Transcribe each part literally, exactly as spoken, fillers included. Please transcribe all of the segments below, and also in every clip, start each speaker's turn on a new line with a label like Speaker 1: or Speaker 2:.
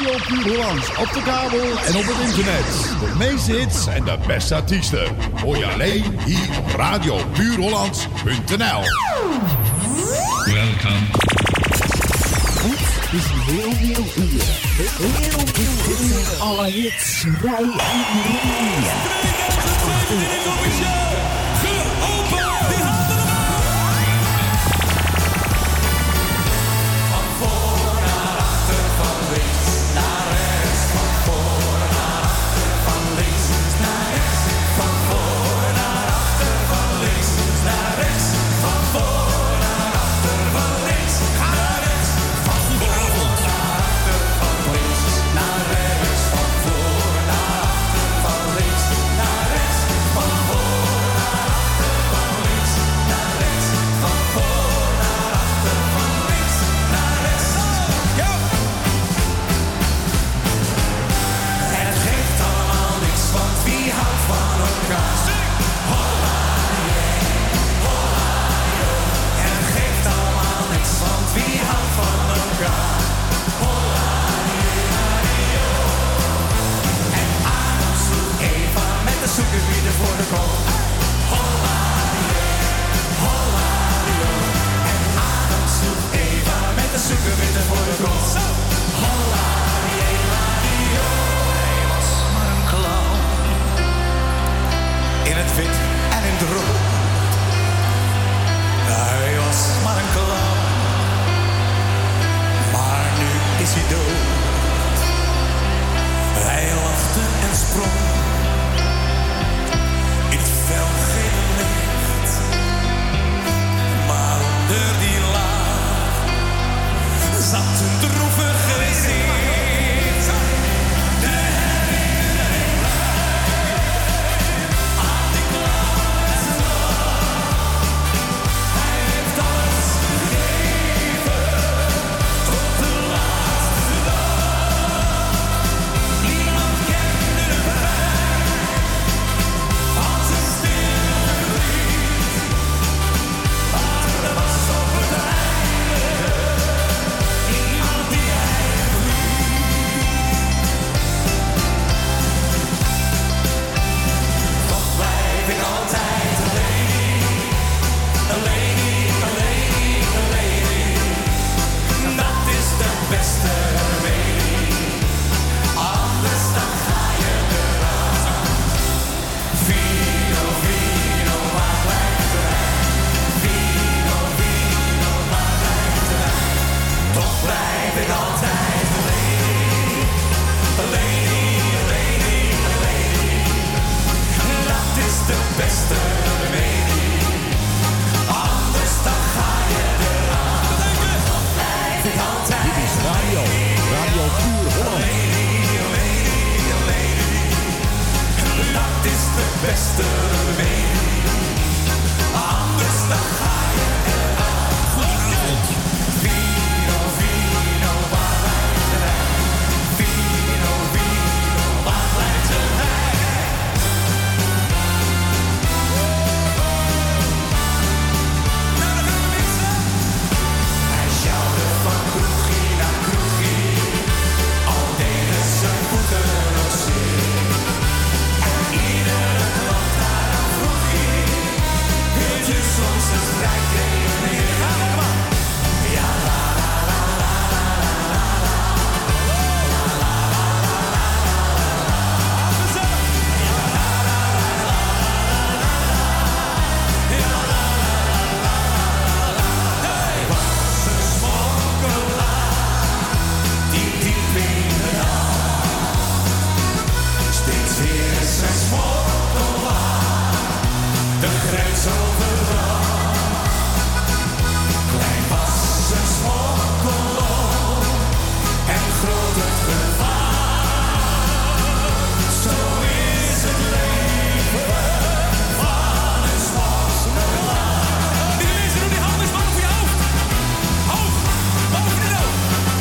Speaker 1: Radio Puur Hollands op de kabel en op het internet. De meeste hits en de beste artiesten hoor je alleen hier op radio puur hollands punt n l.
Speaker 2: Welcome.
Speaker 3: Het is een heel veel uur. Heel veel uur. Alle hits. Rij en rij.
Speaker 4: Officieel geopend. Die handen van voor naar achter, van links naar rechts, van voor naar achter, van links naar rechts, van voor naar achter, van links naar rechts, van voor naar achter, van links naar rechts, van voor naar achter, van links naar rechts, van voor naar achter, van links naar rechts, van voor naar achter, van links naar rechts, van voor naar achter, van links naar rechts. Ja! En het geeft allemaal niks, want wie houdt van elkaar? Holla, yeah, holla, yo. En het geeft allemaal niks, want wie houdt van elkaar? Holla, yeah, yo. En Adam sloeg Eva met de suikerbieten voor de kop. Holla, yeah, holla, yo. En Adam sloeg Eva met de suikerbieten voor de kop. Holla, yeah, yo. Hij was maar een clown. In het wit en in het rood. Hij was maar een clown. Maar nu is hij dood. Hij lachte en sprong. In het felgele licht. Maar onder die laag zat een droevig gezicht. De herinnering aan die clown is lang. Hij heeft alles gegeven tot de laatste dag. Niemand kende de pijn van zijn stille verdriet. Maar er was op het einde iemand die hij toch blijf ik altijd alleen, alleen, alleen, alleen. Dat is de beste mening, anders dan ga je eraan. Vino, vino, waar blijft de wijn? Vino, vino, waar blijft de wijn? Toch blijf ik altijd alleen, alleen, alleen, alleen. Dat is de beste mening, anders dan ga je eraan. Toch blijf ik altijd
Speaker 1: Dit is radio, radio Puur Holland.
Speaker 4: alleen, alleen. Dat is de beste mening, anders dan ga je eraan. Goedenavond. Vino, vino, waar blijft de wijn? Vino, vino, waar blijft de wijn? Nou, dan gaan we mixen. Hij sjouwde van kroegie naar kroegie, al deden zijn voeten nog zeer. En iedere klant daaraan vroeg hij, wilt u soms eens rijk redeneren? Gaan we maar. Ja, la la la la la la la la la la la la la. Gezellig. Ja, la la la la la la la. Ja, la la la la la la. Hij was een smokkelaar die diep in de nacht steeds weer zijn smokkelwaar de grens overbracht. Klein was zijn smokkelloon en groot het gevaar. Zo is het leven van een smokkelaar. Die mensen doen die handen eens maar over je hoofd. Hoog, boven de dood.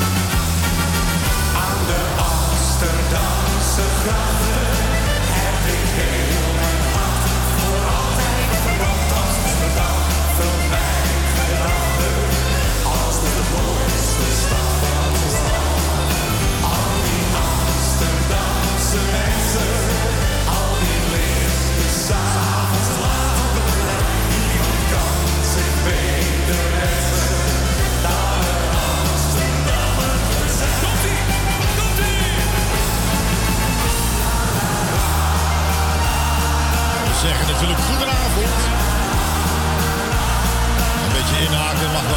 Speaker 4: Aan de Amsterdamse grachten heb ik heel mijn hart voor altijd verbrand als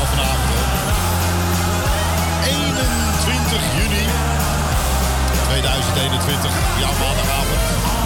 Speaker 1: wel vanavond. Hoor. eenentwintig juni tweeduizend eenentwintig. Ja, maandagavond.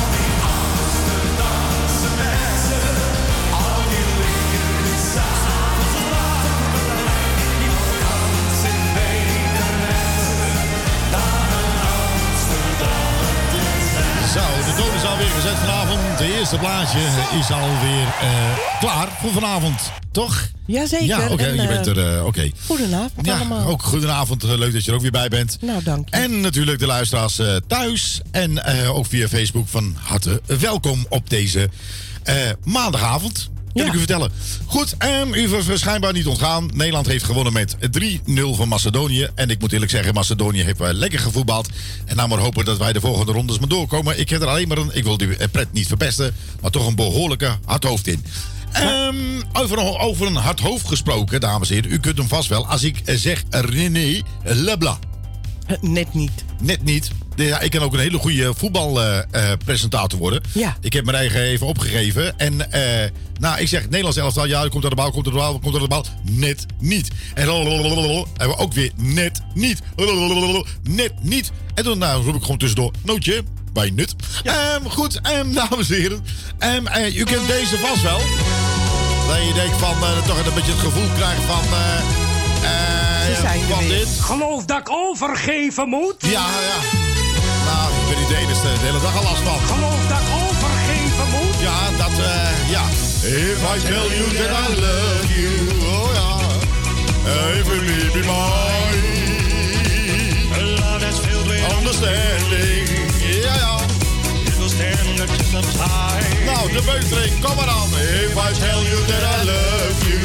Speaker 1: Zo, de toon is alweer gezet vanavond. De eerste plaatje is alweer uh, klaar voor vanavond, toch?
Speaker 2: Jazeker.
Speaker 1: Ja, oké, okay, je bent er, uh, oké. Okay.
Speaker 2: Goedenavond
Speaker 1: ja,
Speaker 2: allemaal.
Speaker 1: Ook goedenavond, leuk dat je er ook weer bij bent.
Speaker 2: Nou, dank je.
Speaker 1: En natuurlijk de luisteraars uh, thuis en uh, ook via Facebook van harte welkom op deze uh, maandagavond. Kan ja. ik u vertellen. Goed, um, u heeft waarschijnlijk niet ontgaan. Nederland heeft gewonnen met drie nul van Macedonië. En ik moet eerlijk zeggen, Macedonië heeft wel lekker gevoetbald. En nou maar hopen dat wij de volgende rondes maar doorkomen. Ik heb er alleen maar een, ik wil die pret niet verpesten, maar toch een behoorlijke hard hoofd in. Um, over, over een hard hoofd gesproken, dames en heren. U kunt hem vast wel, als ik zeg René Leblanc.
Speaker 2: Net niet.
Speaker 1: Net niet. Ja, ik kan ook een hele goede voetbalpresentator uh, uh, worden. Ja. Ik heb mijn eigen even opgegeven. En uh, nou, ik zeg Nederlands elftal. Ja, komt er de bal, komt er de bal, komt er de bal. Net niet. En hebben we ook weer net niet. Net niet. En toen nou, roep ik gewoon tussendoor. Nootje. Bij nut. Ja. Um, goed, um, dames en heren. Um, uh, u kent deze vast wel. Dat je denkt van, uh, toch een beetje het gevoel krijgt van... Uh, uh, van dit.
Speaker 5: Geloof dat ik overgeven moet?
Speaker 1: Ja, ja. Nou, ik ben niet de enige de hele dag al last van.
Speaker 5: Geloof dat ik overgeven moet?
Speaker 1: Ja, dat, uh, ja. If I tell you that I love you, oh ja. If we be mine. A love that's filled with understanding. Ja, ja. It will stand the test of time. Nou, de beutering, kom maar aan. If I tell you that I love you.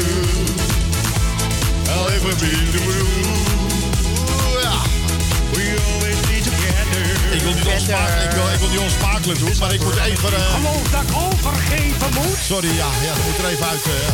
Speaker 1: I'll ever be the blue. Ja. We always be together. Ik wil niet onsmakelijk, ik wil, ik wil niet onsmakelijk doen, maar ik moet even... Uh...
Speaker 5: Geloof dat ik overgeven moet?
Speaker 1: Sorry, ja, ja, dat moet er even uit. Uh...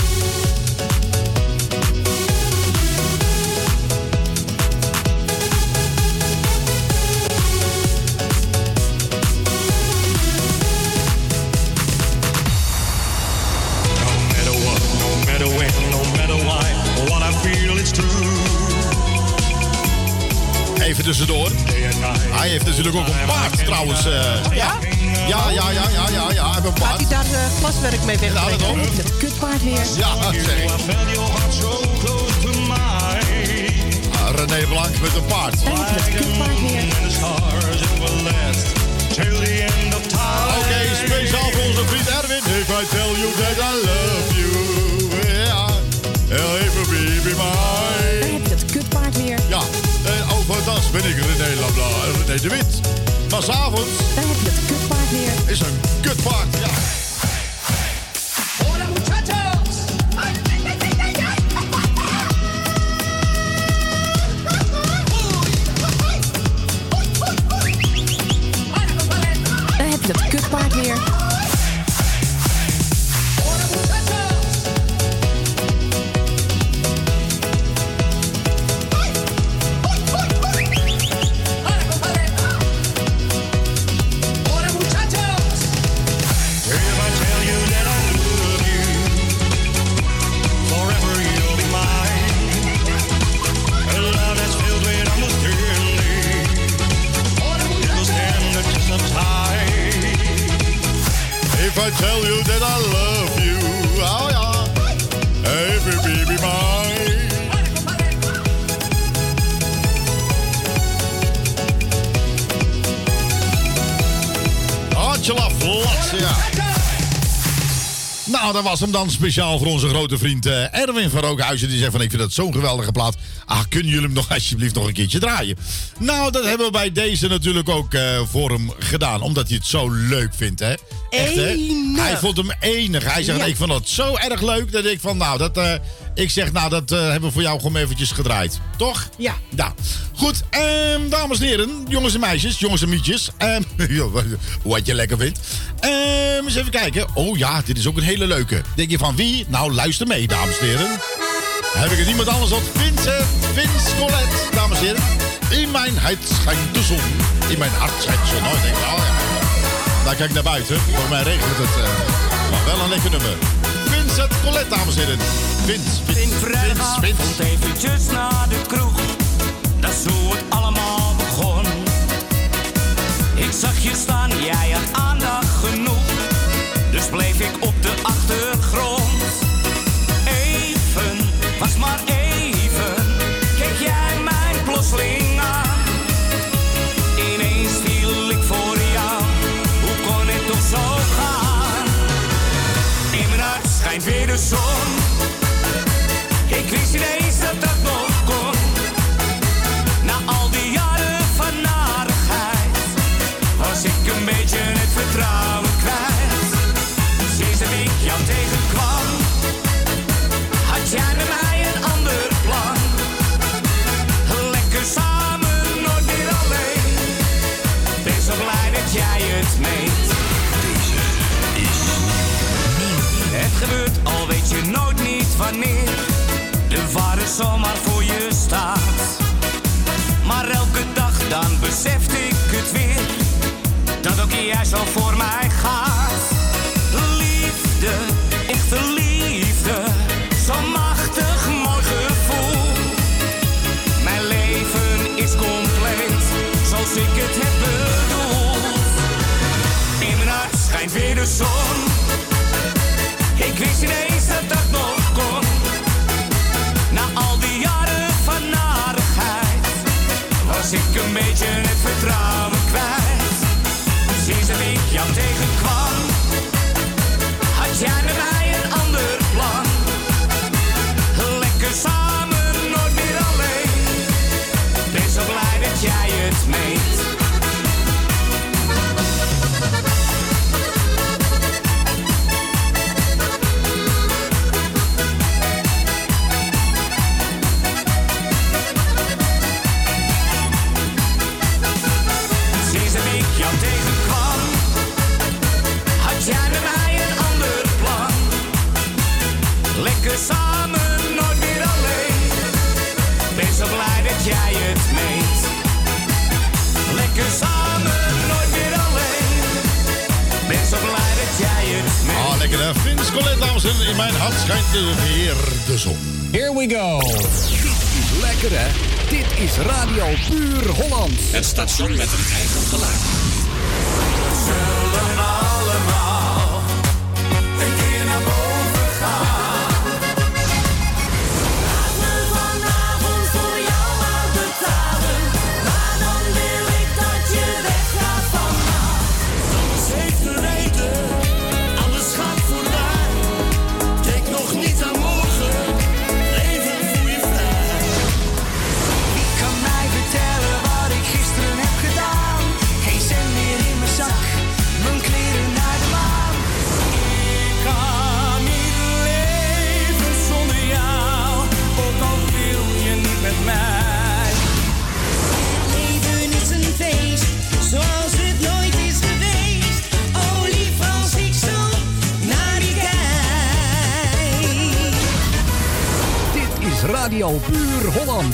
Speaker 1: Even tussendoor. Hij heeft natuurlijk ook een paard trouwens. Uh,
Speaker 2: ja?
Speaker 1: Ja, ja, ja, ja, ja, ja. Hij heeft een paard.
Speaker 2: Gaat hij daar uh, glaswerk mee weg?
Speaker 1: Ja, dat ook.
Speaker 2: Het kutpaard weer.
Speaker 1: Ja, zeg ik. Ah, René Blank met een paard.
Speaker 2: En het kutpaard weer.
Speaker 1: Oké, okay, speciaal voor onze vriend Erwin. If I tell you that I love you. Yeah. Even baby mine.
Speaker 2: Dan heb je het kutpaard weer.
Speaker 1: Ja. En overdag ben ik René Leblanc, René de Wit. Maar s'avonds...
Speaker 2: Dan heb je het kutpaard weer.
Speaker 1: Is een kutpaard, ja.
Speaker 4: Hola muchachos.
Speaker 2: Dan heb je het kutpaard weer.
Speaker 1: If I tell you that I love you, oh ja, every baby mine. Angela Flats, ja. Nou, dat was hem dan speciaal voor onze grote vriend uh, Erwin van Rookhuizen. Die zegt van, ik vind dat zo'n geweldige plaat. Ah, kunnen jullie hem nog alsjeblieft nog een keertje draaien? Nou, dat hebben we bij deze natuurlijk ook uh, voor hem gedaan. Omdat hij het zo leuk vindt, hè? Echt, hè? Hij vond hem enig. Hij zegt, ja. Ik vond het zo erg leuk dat ik van, nou, dat... Uh, ik zeg, nou, dat uh, hebben we voor jou gewoon eventjes gedraaid. Toch?
Speaker 2: Ja.
Speaker 1: Nou, goed. Um, dames en heren, jongens en meisjes, jongens en mietjes. Um, wat je lekker vindt. Um, eens even kijken. Oh ja, dit is ook een hele leuke. Denk je van wie? Nou, luister mee, dames en heren. Heb ik er niemand anders dan Vincent, Vince Colette, dames en heren. In mijn huid schijnt de zon. In mijn hart schijnt de zon. Nou, ik denk, oh ja. Daar kijk ik naar buiten. Voor mij regent het. Uh, maar wel een lekker nummer. Vince Vincent Colette, dames en heren. Vince, Vince,
Speaker 6: In
Speaker 1: Vince,
Speaker 6: vrijdagavond
Speaker 1: Vince.
Speaker 6: eventjes naar de kroeg. Dat is hoe het allemaal begon. Ik zag je staan, jij had aandacht genoeg. Dus bleef ik op de achtergrond. Even, was maar even, keek jij mij plotseling aan. Ineens viel ik voor jou, hoe kon het toch zo gaan? In mijn hart schijnt weer de zon. Ik wist niet eens dat dat nog kon. Na al die jaren van narigheid was ik een beetje het vertrouwen kwijt. Sinds dat ik jou tegenkwam, had jij met mij een ander plan. Lekker samen, nooit meer alleen. Ben zo blij dat jij het meet. Deze is nieuw. Het gebeurt al, weet je nooit niet wanneer. De ware zomaar voor je staat. Maar elke dag dan besefte ik het weer. Dat ook jij zo voor mij gaat. Liefde, echte liefde. Zo'n machtig mooi gevoel. Mijn leven is compleet, zoals ik het heb bedoeld. In mijn hart schijnt weer de zon. Ik wist niet eens dat dat nog kon. Na al die jaren van narigheid was ik een beetje het vertrouwen kwijt. Sinds dat ik jou tegenkwam, had jij met mij een ander plan. Lekker samen, nooit meer alleen. Ben zo blij dat jij het meet. Sinds dat ik jou tegenkwam, had jij met mij een ander plan. Lekker samen, nooit meer alleen. Ben zo blij dat jij het meet. Lekker samen, nooit meer alleen. Ben zo blij dat jij het meet.
Speaker 1: Ah, lekker hè. Vince Colette, dames en heren. In mijn hart schijnt weer de zon.
Speaker 7: Here we go. Dit is lekker hè. Dit is Radio Puur Holland.
Speaker 8: Het station met een eigen geluid.
Speaker 4: Zullen allemaal een keer naar boven gaan. Laat me vanavond voor jou maar betalen. Maar dan wil ik dat je weggaat vannacht. Zeker weten, alles gaat voorbij. Denk nog niet aan morgen, leven voel je vrij.
Speaker 6: Wie kan mij vertellen wat ik gisteren heb gedaan? Geen cent meer in mijn zak, mijn kleren naar de maan. Ik kan niet leven zonder jou, ook al wil je niet met mij.
Speaker 9: Het leven is een feest, zoals het nooit is geweest. Oh lief, als ik zo naar je kijk.
Speaker 7: Dit is Radio Puur Holland.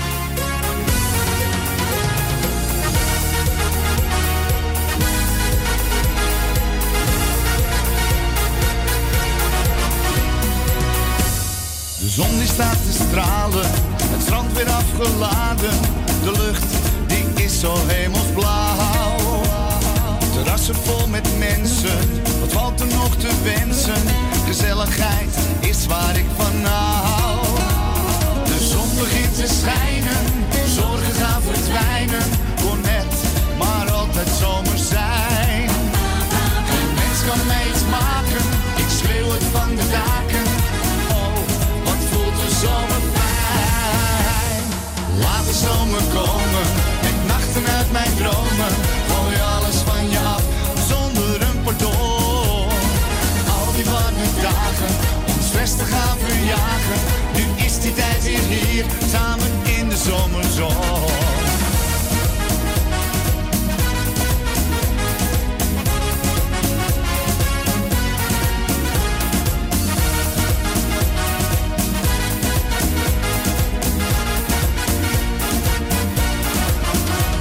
Speaker 10: De zon die staat te stralen, het strand weer afgeladen. De lucht die is zo hemelsblauw. Terrassen vol met mensen, wat valt er nog te wensen? Gezelligheid is waar ik van hou. De zon begint te schijnen, zorgen gaan verdwijnen. Kon het maar altijd zomer zijn. Geen mens kan mij iets maken, ik schreeuw het van de daken. Oh, wat voelt de zomer fijn. Laat de zomer komen, met nachten uit mijn dromen. Gooi alles van je af, zonder een pardon. Al die warme dagen, om stress te gaan verjagen. Nu is die tijd weer hier, samen in de zomerzon.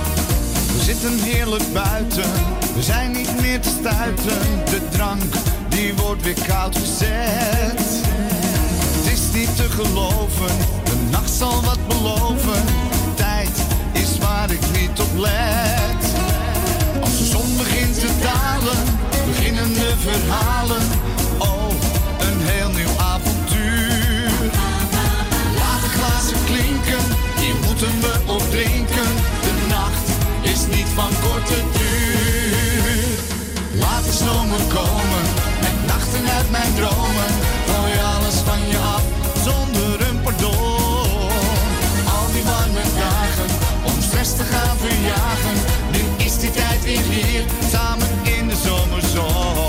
Speaker 10: We zitten heerlijk buiten, we zijn niet meer te stuiten. De drank die wordt weer koud gezet. Het is niet te geloven, de nacht zal wat beloven. Tijd is waar ik niet op let. Als de zon begint te dalen, beginnen de verhalen. Oh, een heel nieuw avontuur. Laat de glazen klinken, hier moeten we op drinken. De nacht is niet van korte duur. Laat de zomer komen, met nachten uit mijn dromen. Gooi alles van je af, zonder een pardon. Al die warme dagen, om stress te gaan verjagen. Nu is die tijd weer hier, samen in de zomerzon.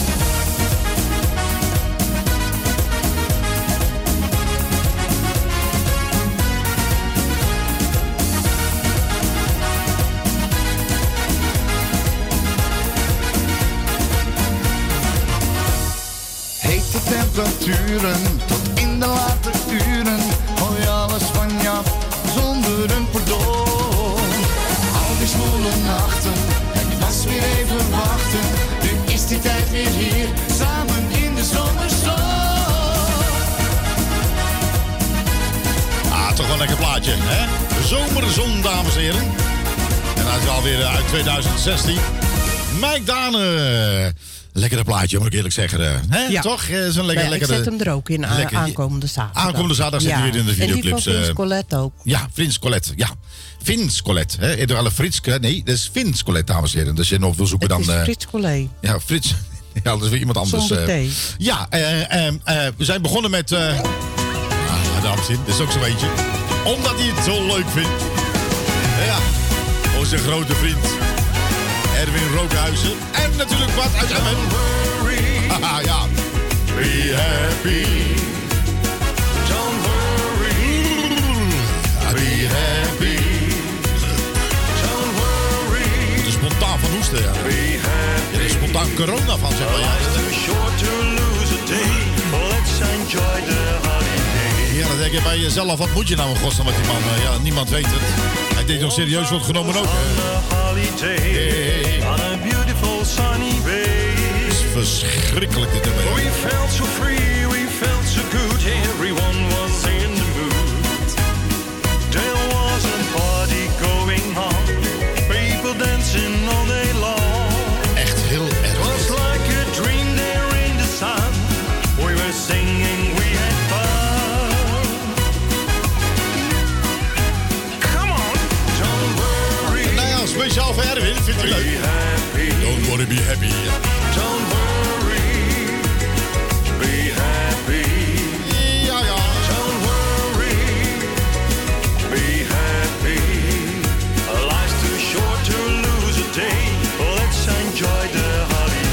Speaker 10: Hete temperaturen, tot in de late uren. Gooi alles van je af, zonder een pardon. Al die zwoele nachten, het was weer even wachten. Nu is die tijd weer hier, samen in de zomerzon.
Speaker 1: Ah, toch wel een lekker plaatje, hè? De zomerzon, dames en heren. En dat is alweer uit tweeduizend zestien. Mike Dane. Lekkere plaatje, moet ik eerlijk zeggen. Hè?
Speaker 11: Ja.
Speaker 1: Toch? Zo'n lekker,
Speaker 11: Nee,
Speaker 1: lekkere...
Speaker 11: ik zet hem er ook in a-
Speaker 1: lekker-
Speaker 11: aankomende zaterdag.
Speaker 1: Aankomende zaterdag zit hij weer in de videoclips.
Speaker 11: En die van Vince
Speaker 1: eh,
Speaker 11: Colette ook.
Speaker 1: Ja, Vince Colette. Ja, Vince Colette. Hè? Eerder alle Fritske. Nee, dat is Vince Colette, dames en heren. Dus als je nog wil zoeken,
Speaker 11: Het
Speaker 1: dan...
Speaker 11: is
Speaker 1: eh,
Speaker 11: Frits Collet.
Speaker 1: ja, Frits. Ja, dat is weer iemand anders.
Speaker 11: Zonder
Speaker 1: eh.
Speaker 11: T.
Speaker 1: Ja, eh, eh, eh, we zijn begonnen met... eh ah, dames en heren, dit is ook zo eentje. Omdat hij het zo leuk vindt. Ja, onze grote vriend Erwin Rookhuizen. En natuurlijk Bart uit Emmen. Haha, ja. Be happy. Don't worry. Be happy. Don't worry. Het is spontaan van hoesten, ja. Be happy. Er is spontaan corona van, zeg maar. Ja.
Speaker 12: Short to lose a day. Let's enjoy the holiday.
Speaker 1: Ja, dan denk je bij jezelf, wat moet je nou in godsnaam met die man? Uh, ja, niemand weet het. Hij deed nog serieus wordt genomen ook.
Speaker 12: On a holiday.
Speaker 1: Hey.
Speaker 12: On a beautiful sunny bay.
Speaker 1: Het is verschrikkelijk dit nummer.
Speaker 12: We felt so free, we felt so good. Everyone was in the mood. There was a party going on. People dancing all day long.
Speaker 1: Echt heel erg.
Speaker 12: It was like a dream there in the sun. We were singing, we had fun. Come on, don't worry.
Speaker 1: Nou ja, speciaal voor Erwin, vindt hij leuk. Don't worry, be happy.
Speaker 12: Don't worry, be happy.
Speaker 1: Ja, ja.
Speaker 12: Don't worry, be happy. Life's too short to lose a day. Let's enjoy the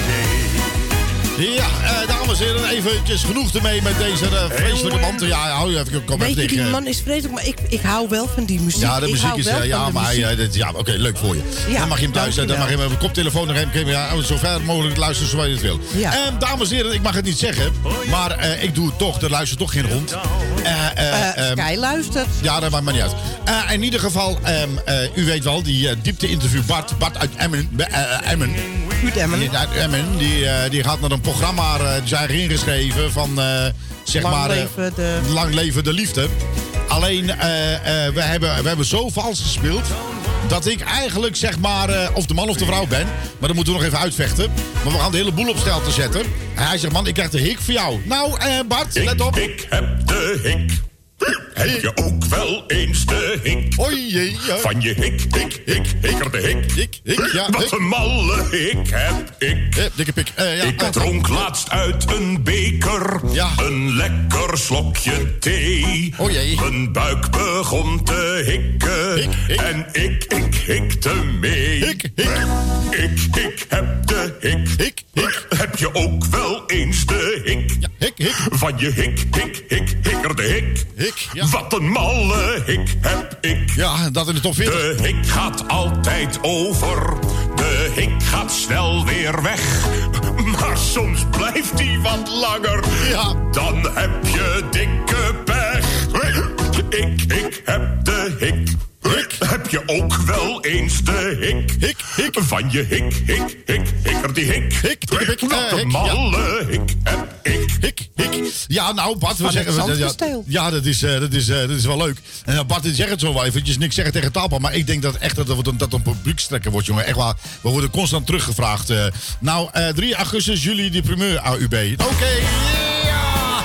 Speaker 12: holiday.
Speaker 1: Ja, eh, dames en heren, eventjes genoeg ermee met deze uh, vreselijke band. Ja, hou je even kom
Speaker 11: Weet
Speaker 1: even
Speaker 11: je,
Speaker 1: dicht.
Speaker 11: die
Speaker 1: eh.
Speaker 11: man is vreselijk, maar ik, ik hou wel van die muziek.
Speaker 1: Ja, de
Speaker 11: Ik
Speaker 1: muziek
Speaker 11: hou
Speaker 1: is...
Speaker 11: wel
Speaker 1: eh,
Speaker 11: van
Speaker 1: ja,
Speaker 11: de
Speaker 1: maar
Speaker 11: muziek.
Speaker 1: ja, dit- ja oké, leuk voor je.
Speaker 11: Ja,
Speaker 1: dan mag je hem thuis, eh, dan mag je hem op koptelefoon nog even, ja, zo ver mogelijk luisteren zoals je het wil.
Speaker 11: Ja.
Speaker 1: Eh, dames en heren, ik mag het niet zeggen, maar eh, ik doe het toch. Er luistert toch geen hond. Eh, eh,
Speaker 11: Eh,
Speaker 1: ehm,
Speaker 11: Sky luistert.
Speaker 1: Ja, dat maakt maar niet uit. Eh, in ieder geval, ehm, eh, u weet wel, die uh, diepte-interview Bart, Bart uit Emmen, uh, Emmen.
Speaker 11: Uit Emmen.
Speaker 1: Die, uit Emmen, die, uh, die gaat naar een programma, uh, die zijn ingeschreven van, uh, zeg
Speaker 11: Lang
Speaker 1: maar... uh,
Speaker 11: leven de...
Speaker 1: Lang leven de liefde. Alleen, uh, uh, we, hebben, we hebben zo vals gespeeld... dat ik eigenlijk, zeg maar, uh, of de man of de vrouw ben... maar dat moeten we nog even uitvechten. Maar we gaan de hele boel op stel te zetten. En hij zegt, man, ik krijg de hik voor jou. Nou, uh, Bart,
Speaker 13: Ik,
Speaker 1: let op.
Speaker 13: ik heb de hik. Heb je ook wel eens de hik?
Speaker 1: Oei, jee, ja.
Speaker 13: Van je hik, hik, hik, hikker de hik.
Speaker 1: Hik, hik, ja.
Speaker 13: Wat
Speaker 1: hik.
Speaker 13: een malle hik heb ik.
Speaker 1: Eh, dikke pik. Eh, ja,
Speaker 13: Ik
Speaker 1: eh,
Speaker 13: dronk laatst uit een beker
Speaker 1: Ja.
Speaker 13: een lekker slokje thee.
Speaker 1: Oh jee.
Speaker 13: Mijn buik begon te hikken
Speaker 1: Hik, hik.
Speaker 13: en ik, ik hikte mee.
Speaker 1: Hik, hik.
Speaker 13: Ik, ik heb de hik.
Speaker 1: Hik, hik.
Speaker 13: Heb je ook wel eens de hik?
Speaker 1: Ja, hik, hik.
Speaker 13: Van je hik, hik, hik, hikker de hik.
Speaker 1: Hik, ja.
Speaker 13: Wat een malle hik heb ik.
Speaker 1: Ja, dat in de top veertig.
Speaker 13: De hik gaat altijd over. De hik gaat snel weer weg. Maar soms blijft die wat langer.
Speaker 1: Ja.
Speaker 13: Dan heb je dikke pech. Ik, ik heb de hik.
Speaker 1: Hik.
Speaker 13: Heb je ook wel eens de hik?
Speaker 1: Hik, hik.
Speaker 13: Van je hik, hik, hik, hik. zeker die hik.
Speaker 1: Hik, hik, hik,
Speaker 13: Wat
Speaker 1: eh,
Speaker 13: een
Speaker 1: hik,
Speaker 13: malle hik heb ik.
Speaker 1: Hik, hik. Ja, nou, Bart, we
Speaker 11: Van
Speaker 1: zeggen...
Speaker 11: het
Speaker 1: we- ja,
Speaker 11: Zandkasteel.
Speaker 1: ja, dat is, eh, dat, is, eh, dat is wel leuk. En uh, Bart, zeg het zo wel eventjes. Niks zeggen tegen taalpaal. Maar ik denk dat echt dat het een, dat een publiekstrekker wordt, jongen. Echt waar. We worden constant teruggevraagd. eh. nou, eh, drie augustus, jullie de primeur A U B. Oké, ja!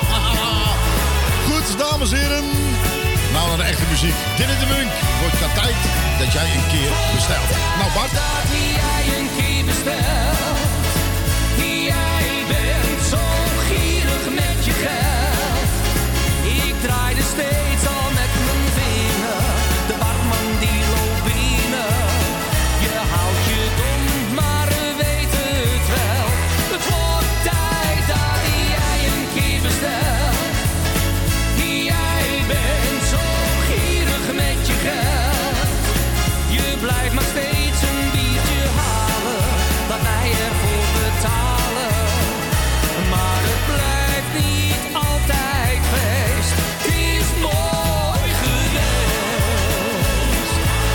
Speaker 1: Goed, dames en heren. Nou, naar de echte muziek. Dit is de Munk. Wordt het tijd dat jij een keer bestelt. Nou, Bart.
Speaker 6: Dat jij een keer bestelt. Jij bent zo gierig met je geld. Ik draaide steeds al met mijn vinger. De barman die loopt binnen. Je houdt je dom, maar we weten het wel. Het wordt tijd dat jij een keer bestelt. Jij bent zo gierig met je geld. Je blijft maar steeds een biertje halen. Laat mij ervoor betalen. Maar het blijft niet altijd feest. Het is mooi geweest.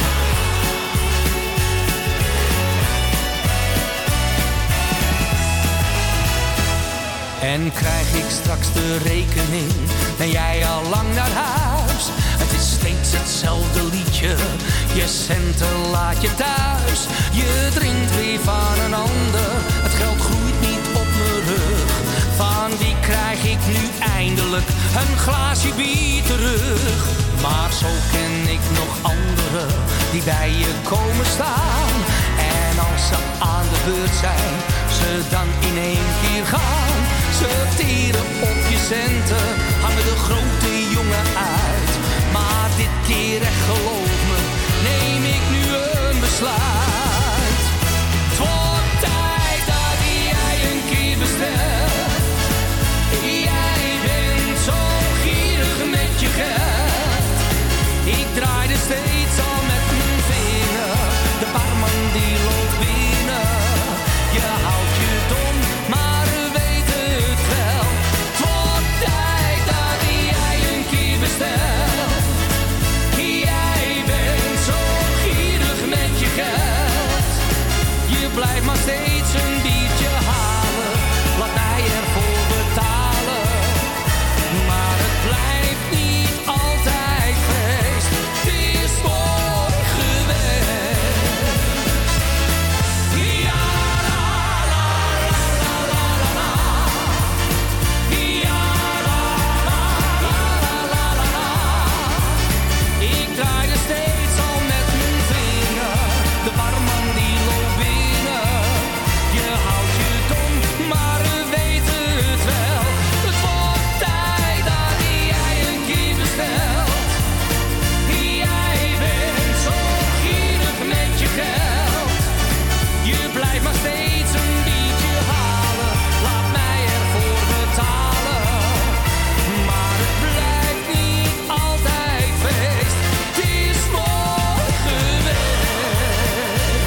Speaker 6: En krijg ik straks de rekening, ben jij al lang naar huis. Het is steeds hetzelfde liedje, je centen laat je thuis. Je drinkt weer van een ander, het geld groeit niet op mijn rug. Van wie krijg ik nu eindelijk een glaasje bier terug? Maar zo ken ik nog anderen die bij je komen staan. En als ze aan de beurt zijn, ze dan in één keer gaan. Ze tieren op je centen, hangen de grote jongen uit. Maar dit keer echt geloof me, neem ik nu een besluit. Het wordt tijd dat jij een keer bestelt. Jij bent zo gierig met je geld. Ik draaide steeds al met mijn vinger. De barman die loopt binnen. Je houdt je dom, maar we weten het wel. Het wordt tijd dat jij een keer bestelt. Jij bent zo gierig met je geld. Je blijft maar steeds een biertje halen. Laat mij ervoor betalen. Maar het blijft niet altijd feest. Het is mooi geweest. Ja, la, la, la, la, la, la, la. Ja, la, la, la, la, la, la. Ik draaide steeds al met mijn vinger. De barman die loopt binnen. Je houdt je dom, maar we weten het wel. Het wordt tijd dat jij een keer bestelt. Jij bent zo gierig met je geld. Je blijft maar steeds een biertje halen. Laat mij ervoor betalen. Maar het blijft niet altijd feest. Het is mooi geweest.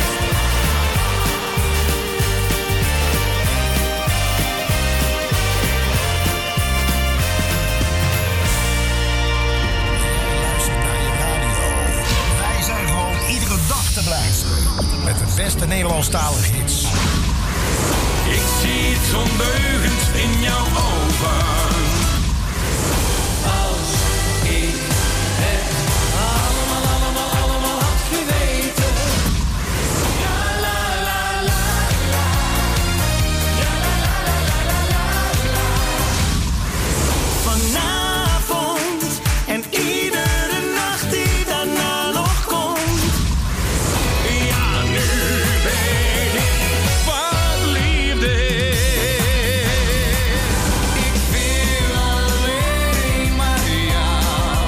Speaker 14: Luister naar je radio. Wij zijn gewoon iedere dag te beluisteren. Met de beste Nederlandstalige hits.
Speaker 4: Ik zie het ondeugend in jouw ogen. Als ik het allemaal, allemaal, allemaal had geweten. Ja, la, la, la, la. Ja, la, la, la, la, la, la. Vanavond en iedere nacht die daarna nog komt. Ja, nu weet ik wat liefde is. Ik wil alleen maar jou.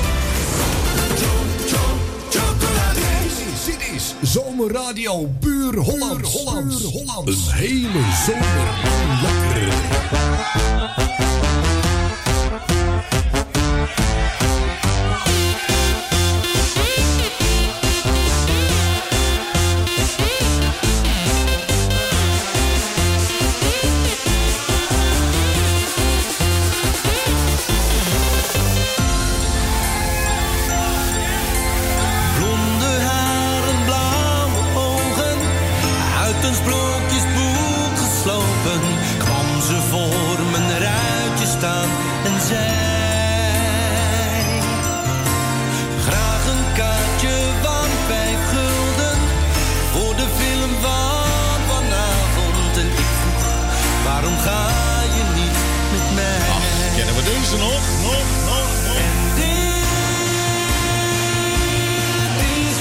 Speaker 7: Dit is Zomerradio Puur Hollands. Hollands. Hollands. Een hele zomer lang lekker.
Speaker 4: Blonde haren, blauwe ogen, uit een sprookjesboek
Speaker 15: ogen kwam ze voor mijn ruitje staan en zei: graag een kaartje van vijf gulden voor de film van vanavond. En ik vroeg: waarom ga je niet met mij?
Speaker 1: Ach, kennen we deze nog? Nog, nog, nog.
Speaker 15: En dit is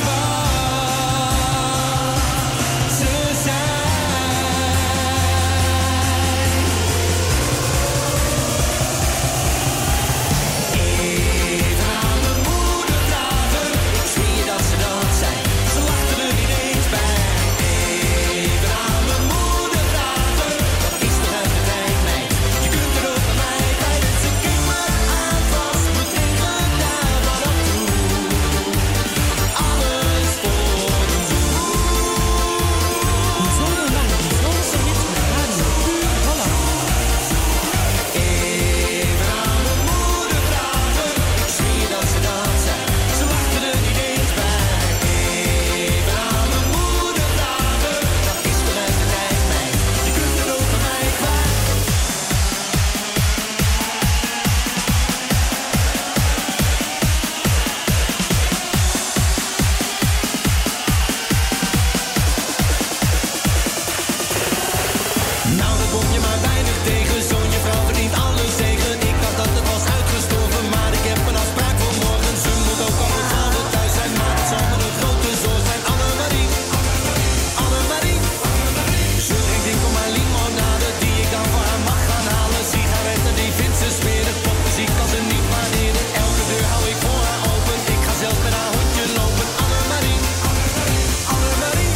Speaker 15: wat ze zei. Even aan mijn moeder vragen, ik zweer dat ze dat zei. Ze lachte er niet eens bij. Even aan mijn moeder vragen, dat is toch uit de tijd, meid. Je kunt er ook bij mij kwijt. Ze keek me aan, was meteen gedaan wat ik doe. Alles voor een
Speaker 2: Zonnelang de zonnige hits met Radio Puur Holland.
Speaker 15: Even aan mijn moeder vragen, ik zweer dat ze dat zei. Ze lachte er niet eens bij. Even aan mijn moeder vragen, dat is toch uit de tijd, meid. Je kunt er ook bij mij kwijt. Nou, dan kom je maar weinig tegen. Zo'n je vrouw verdient alle zegen. Ik dacht dat het was uitgestorven, maar ik heb een afspraak voor morgen. Ze moet ook al het twaalf thuis zijn, maar het zal me een grote zorg zijn. Annemarie, Annemarie, ze drinkt enkel maar limonade die ik dan voor haar mag gaan halen. Sigaretten die vindt ze smerig, popmuziek kan ze niet waarderen. Elke deur hou ik voor haar open, ik ga zelf met haar hondje lopen. Annemarie, Annemarie,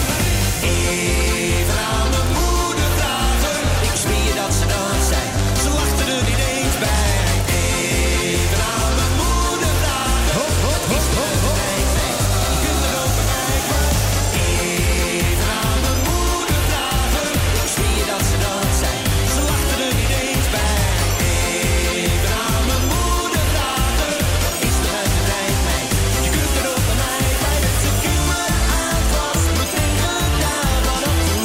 Speaker 15: even aan mijn moeder vragen. Ik zweer dat ze dat zei, ze lachte er niet eens bij. Even aan mijn moeder vragen, dat is toch uit de tijd, meid. Je kunt er ook bij mij kwijt. Even aan mijn moeder vragen, ik zweer dat ze dat zei, ze lachte er niet eens bij. Even aan mijn moeder vragen, dat is toch uit de tijd, meid. Je kunt er ook bij mij kwijt. Ze keek me aan, was meteen gedaan wat ik doe.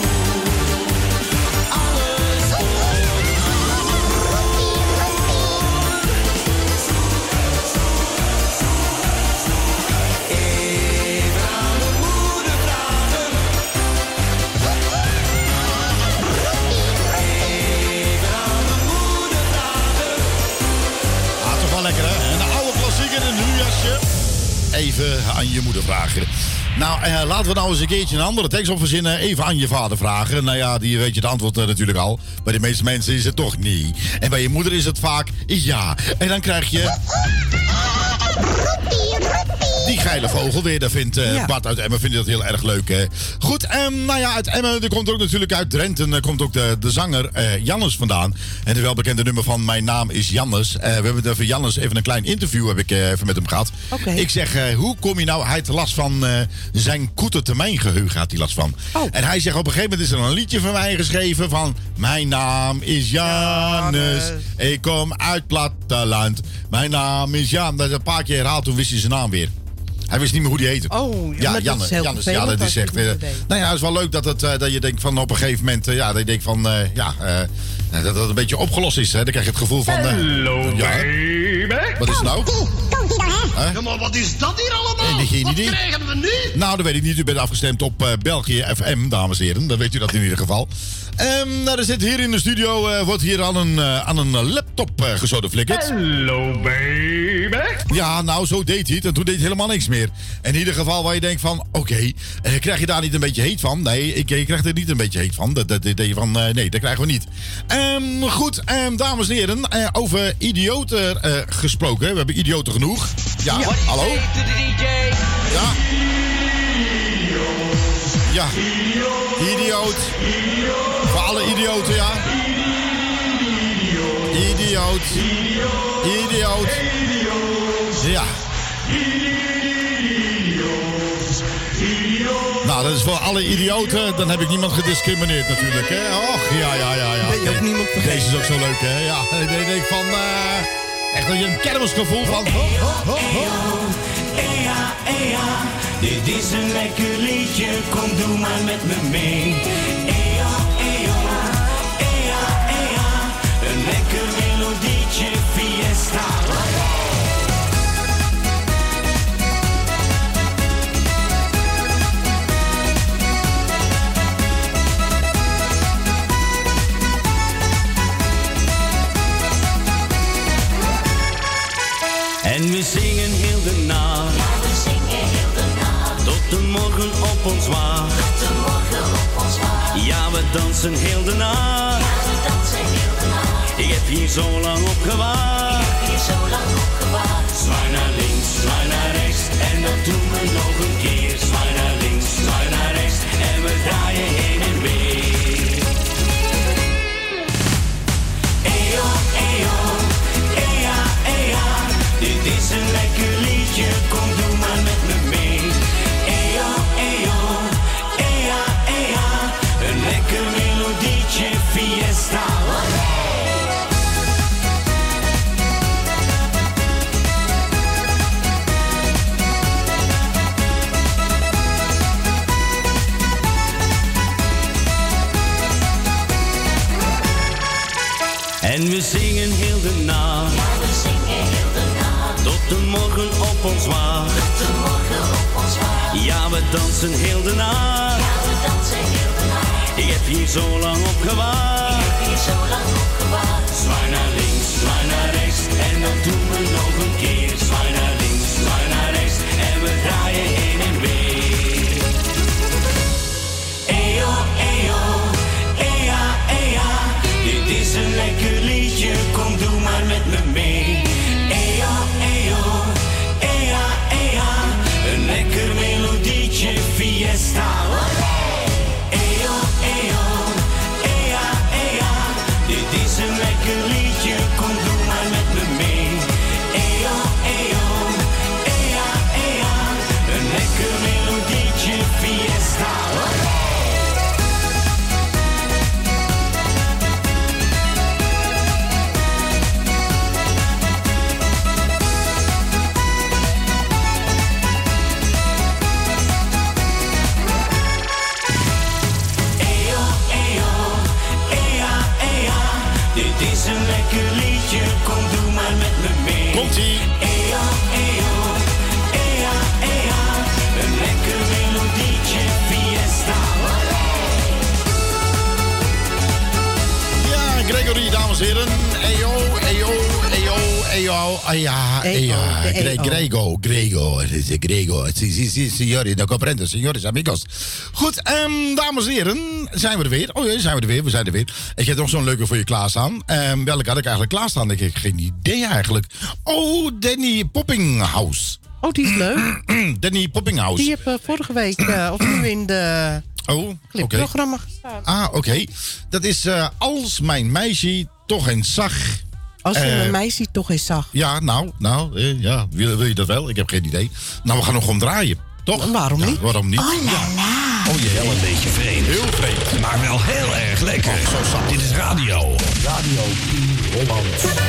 Speaker 15: Alles voor even aan mijn moeder vragen. Even aan mijn moeder vragen.
Speaker 1: Ah, toch wel lekker, hè? Een oude klassieker in een nieuw jasje. Even aan je moeder vragen. Nou, eh, laten we nou eens een keertje een andere tekst op verzinnen. Even aan je vader vragen. Nou ja, die weet je het antwoord eh, natuurlijk al. Bij de meeste mensen is het toch niet. En bij je moeder is het vaak ja. En dan krijg je... Die geile vogel weer, daar vindt eh,
Speaker 11: Ja.
Speaker 1: Bart uit Emmen vindt dat heel erg leuk. Hè. Goed, en nou ja, uit Emmen, er komt ook natuurlijk uit Drenthe, eh, komt ook de, de zanger eh, Jannes vandaan. En de welbekende nummer van Mijn naam is Jannes. Eh, we hebben het over Jannes, even een klein interview heb ik eh, even met hem gehad.
Speaker 11: Oké.
Speaker 1: Ik zeg, eh, hoe kom je nou, hij heeft last van eh, zijn korte termijn geheugen, had hij last van.
Speaker 11: Oh.
Speaker 1: En hij zegt, op een gegeven moment is er een liedje van mij geschreven van Mijn naam is Jannes,
Speaker 11: Jannes.
Speaker 1: ik kom uit platteland. Mijn naam is Jan. Dat een paar keer herhaald, toen wist hij zijn naam weer. Hij wist niet meer hoe die heette.
Speaker 11: Oh, ja,
Speaker 1: ja,
Speaker 11: maar dat
Speaker 1: Janne,
Speaker 11: is heel
Speaker 1: Jannes,
Speaker 11: vervelend
Speaker 1: ja, dat
Speaker 11: als
Speaker 1: is
Speaker 11: je
Speaker 1: echt.
Speaker 11: het
Speaker 1: eh,
Speaker 11: niet weet.
Speaker 1: nou ja, het is wel leuk dat, het, eh, dat je denkt van op een gegeven moment, eh, ja, dat je denkt van, eh, ja, eh, dat het een beetje opgelost is. Hè. Dan krijg je het gevoel van. eh,
Speaker 5: Hello,
Speaker 1: ja,
Speaker 5: baby.
Speaker 1: wat is het nou? Hè?
Speaker 14: Ja, maar wat is dat hier allemaal?
Speaker 1: Nee, geen
Speaker 14: Wat
Speaker 1: idee.
Speaker 14: krijgen we nu?
Speaker 1: Nou, dat weet ik niet. U bent afgestemd op eh, België F M, dames en heren. Dan weet u dat in ieder geval. Ehm nou, er zit hier in de studio, eh, wordt hier aan een, eh, aan een laptop uh, gesodeflikkerd.
Speaker 5: Hello, baby.
Speaker 1: Ja, nou, zo deed hij het. En toen deed hij helemaal niks meer. In ieder geval waar je denkt van, oké, okay, eh, krijg je daar niet een beetje heet van? Nee, ik, ik krijg er niet een beetje heet van. Dat, dat, dat, dat je van uh, nee, dat krijgen we niet. Um, goed, um, dames en heren, uh, over idioten uh, gesproken. We hebben idioten genoeg. Ja, ja. Hallo? Ja. Ja. Idioot. Voor alle idioten, ja. Idioot. Idioot. Ja. Nou, dat is voor alle idioten. Dan heb ik niemand gediscrimineerd natuurlijk, hè. Och, ja, ja, ja, ja.
Speaker 11: Ben je ook niemand vergeten?
Speaker 1: Deze is ook zo leuk, hè. Ja, ik denk denk van... Uh, echt een kermisgevoel van...
Speaker 6: Ea, ea, dit is een lekker liedje, kom doe maar met me mee. Ea, ea,
Speaker 16: dansen heel de nacht. Ja, we dansen heel de nacht. Ik heb hier zo lang op gewacht. Ik heb hier zo lang op gewacht. Zwaai naar links, zwaai naar rechts. En dat doen we nog een keer. Zwaai naar links, zwaai naar rechts. En we draaien heen en weer. Eyo, eyo, eja, eja. Dit is een lekker liedje, kom doe maar met me mee. Eyo, eyo, eja, eja. Een lekker melodietje, fiesta. En we zingen heel de nacht. Ja, we zingen heel de nacht. Tot de morgen op ons wacht. Tot de morgen op ons wacht. Ja, we dansen heel de nacht. Ja, we dansen heel de nacht. Ik heb hier zo lang op gewacht. Ik heb hier zo lang op gewacht. Zwaai naar links, zwaai naar rechts. En dat doen we nog een keer. Zwaai naar links, zwaai naar rechts. En we draaien heen en weer. Eyo, eyo, eja, eja. Dit is een lekker liedje, kom doe maar met me mee. Eyo, eyo, eja, eja. Een lekker melodietje, fiesta. Eyo, eyo, eja, eja. Dit is een lekker liedje, kom doe maar met me mee. Eyo, eyo, eja, eja. Een lekker melodietje, fiesta. Dit is een lekker liedje, kom doe maar met me mee.
Speaker 1: Komt-ie.
Speaker 16: Eyo, eyo, eja, eja. Een lekker melodietje, fiesta.
Speaker 1: Ja, Gregory, dames en heren. Eyo, eyo, eyo, eyo, eja, eja. Gre- Grego, Grego, het is Grego. Si, si, si, signori, no comprendo, signores, amigos. Goed, um, dames en heren, zijn we er weer. Oh ja, zijn we er weer, we zijn er weer. Ik heb nog zo'n leuke voor je klaarstaan. Um, welke had ik eigenlijk klaarstaan? Ik heb geen idee eigenlijk. Oh, Danny Poppinghouse.
Speaker 11: Oh, die is leuk.
Speaker 1: Danny Poppinghouse.
Speaker 11: Die heb uh, vorige week, uh, of nu in de
Speaker 1: oh,
Speaker 11: clipprogramma okay. gestaan.
Speaker 1: Ah, oké. Okay. Dat is uh, Als mijn meisje toch eens zag.
Speaker 11: Als je
Speaker 1: uh,
Speaker 11: mijn meisje toch eens zag.
Speaker 1: Ja, nou, nou, uh, ja, wil, wil je dat wel? Ik heb geen idee. Nou, we gaan nog gewoon draaien, toch?
Speaker 11: Waarom
Speaker 1: ja,
Speaker 11: niet?
Speaker 1: Waarom niet?
Speaker 11: Oh la la.
Speaker 1: Oh jee.
Speaker 14: Wel een beetje vreemd.
Speaker 1: Heel vreemd.
Speaker 14: Maar wel heel erg lekker.
Speaker 1: Oh, zo zat.
Speaker 14: Dit is radio.
Speaker 7: Radio Puur Holland.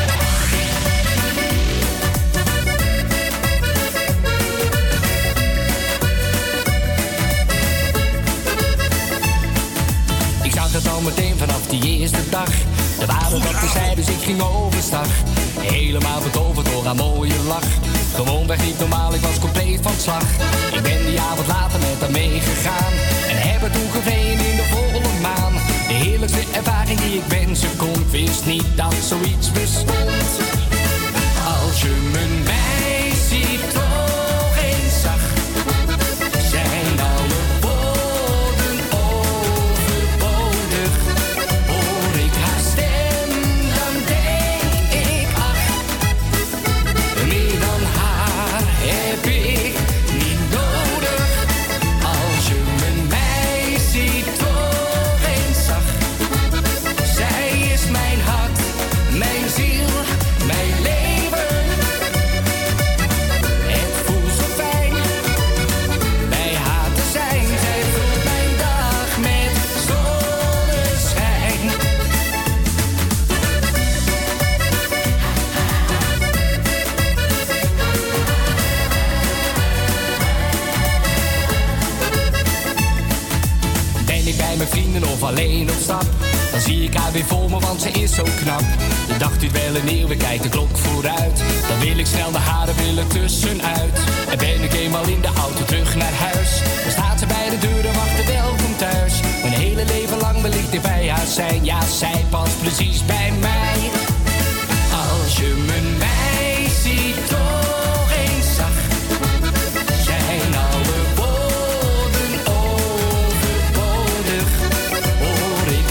Speaker 17: Ik zag het al meteen vanaf die eerste dag. De waarde dat we zei, dus ik ging overstag. Helemaal betoverd door haar mooie lach. Gewoonweg niet normaal, ik was compleet van slag. Ik ben die avond later met haar meegegaan. En heb het toen gevreden in de volle maan. De heerlijkste ervaring die ik wensen kon. Wist niet dat zoiets bestond. Als je mijn meisje toch eens zag. Zijn alle woorden overbodig. Hoor ik haar stem, dan denk ik ach. Meer dan haar heb ik niet nodig. Als je mijn meisje toch eens zag. Zij is mijn hart, mijn ziel, mijn leven. Het voelt zo fijn bij haar te zijn. Zij vult mijn dag met zonneschijn. Ben ik bij mijn vrienden of alleen op stap, dan zie ik haar weer voor me, want ze is zo knap. De dag duurt wel een eeuw, we kijken de klok vooruit. Dan wil ik snel de haren willen tussenuit. En ben ik eenmaal in de auto terug naar huis, dan staat ze bij de deur en wacht, welkom thuis. Mijn hele leven lang wil ik bij haar zijn. Ja, zij past precies bij mij. Als je mijn meisje toch eens zag. Zijn alle woorden overbodig. Hoor ik